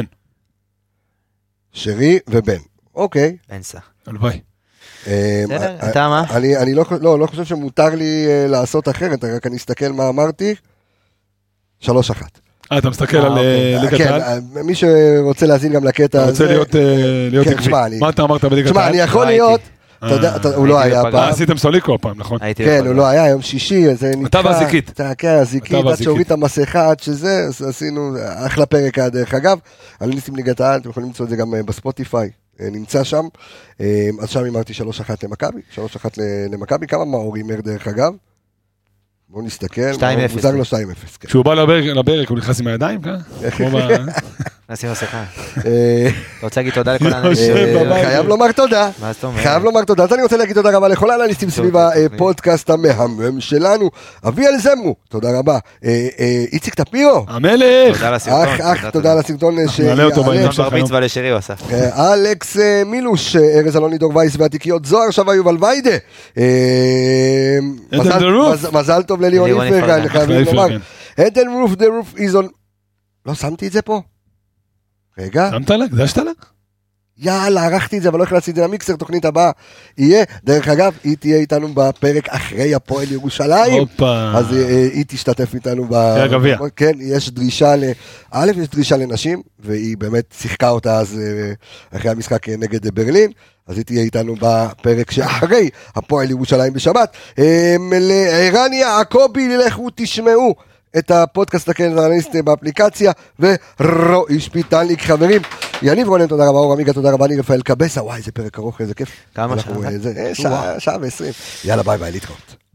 שרי ובן. אוקיי. בנסה. הלוואי. אה, בסדר, אה, אתה מה? אני אני לא חו- לא, לא חושב שמותר לי אה, לעשות אחרת, רק אני אסתכל מה אמרתי. שלוש אחת. אה, אתה מסתכל אה, על אוקיי. אה, ליגת כן, העל? אה, מי שרוצה להאזין גם לקטע אתה רוצה הזה. להיות אה, להיות כן, עקבי. שמע, אני- מה אתה אמרת בליגת תשמע, העל? אני יכול לא הייתי. להיות, אתה יודע, אתה- הוא לא הייתי היה בפגרה. אה, פעם. עשיתם סוליקו הפעם, נכון? הייתי כן, בפגרה. הוא לא היה, יום שישי, זה נדחה. והזיקית. אתה- כן, הזיקית, אתה עד והזיקית. שהוריד את המסכה, עד שזה, אז עשינו, אחלה פרק היה דרך אגב. על ניסים ליגת העל, אתם יכולים למצוא את זה גם אה, בספוטיפיי, אה, נמצא שם. אה, אז שם אמרתי שלוש אחת למכבי, שלוש אחת ל- למכבי, כמה מאור הימר דרך אגב? בואו נסתכל, שתיים מאור אפס. מוזג לו שתיים אפס. כן. כשהוא בא לברק, לברק, הוא נכנס עם הידיים, כן? כמו ב- נשים מסכה. אה, אתה רוצה להגיד תודה לכל יושב האנשים? אה, בבית. חייב לומר תודה. מה זאת אומרת? חייב לומר תודה, אז אני רוצה להגיד תודה רבה לכל האנליסטים סביב הפודקאסט המהמם שלנו. אביאל זמרו, תודה רבה. אה, אה, איציק טפירו, המלך! תודה לסרטון. אח אח, תודה על הסרטון אנחנו נעלה אותו שיעלה. בהמשך. בר מצווה לשרי הוא עשה. אה, אלכס אה, מילוש, אה, ארז אלוני, דור וייס והתיקיות, זוהר שווה יובל ויידה. אה, עדן מזל- דה רוף. מז- מזל טוב ללירון ללירון איפרגן, איפרגן. חייבים אחלה לומר. איפרגן. עדן רוף, the roof is on... לא שמתי את זה פה? רגע. שמת לה? קדשת לה? יאללה, ערכתי את זה, אבל לא הכנסתי את זה למיקסר, תוכנית הבאה יהיה, דרך אגב, היא תהיה איתנו בפרק אחרי הפועל ירושלים, הופה. אז אה, אה, היא תשתתף איתנו ב... הגביע. כן, יש דרישה ל... א', יש דרישה לנשים, והיא באמת שיחקה אותה אז אה, אחרי המשחק אה, נגד ברלין, אז היא תהיה איתנו בפרק שאחרי הפועל ירושלים בשבת. אה, לערן יעקבי, לכו תשמעו את הפודקאסט הכנרליסט באפליקציה, ורועי שפיטלניק, חברים. יניב רונן, תודה רבה, אור עמיגה, תודה רבה, אני רפאל קבסה, וואי, זה פרק ארוך, איזה כיף. כמה שעה? שעה ועשרים. יאללה, ביי ביי, להתראות.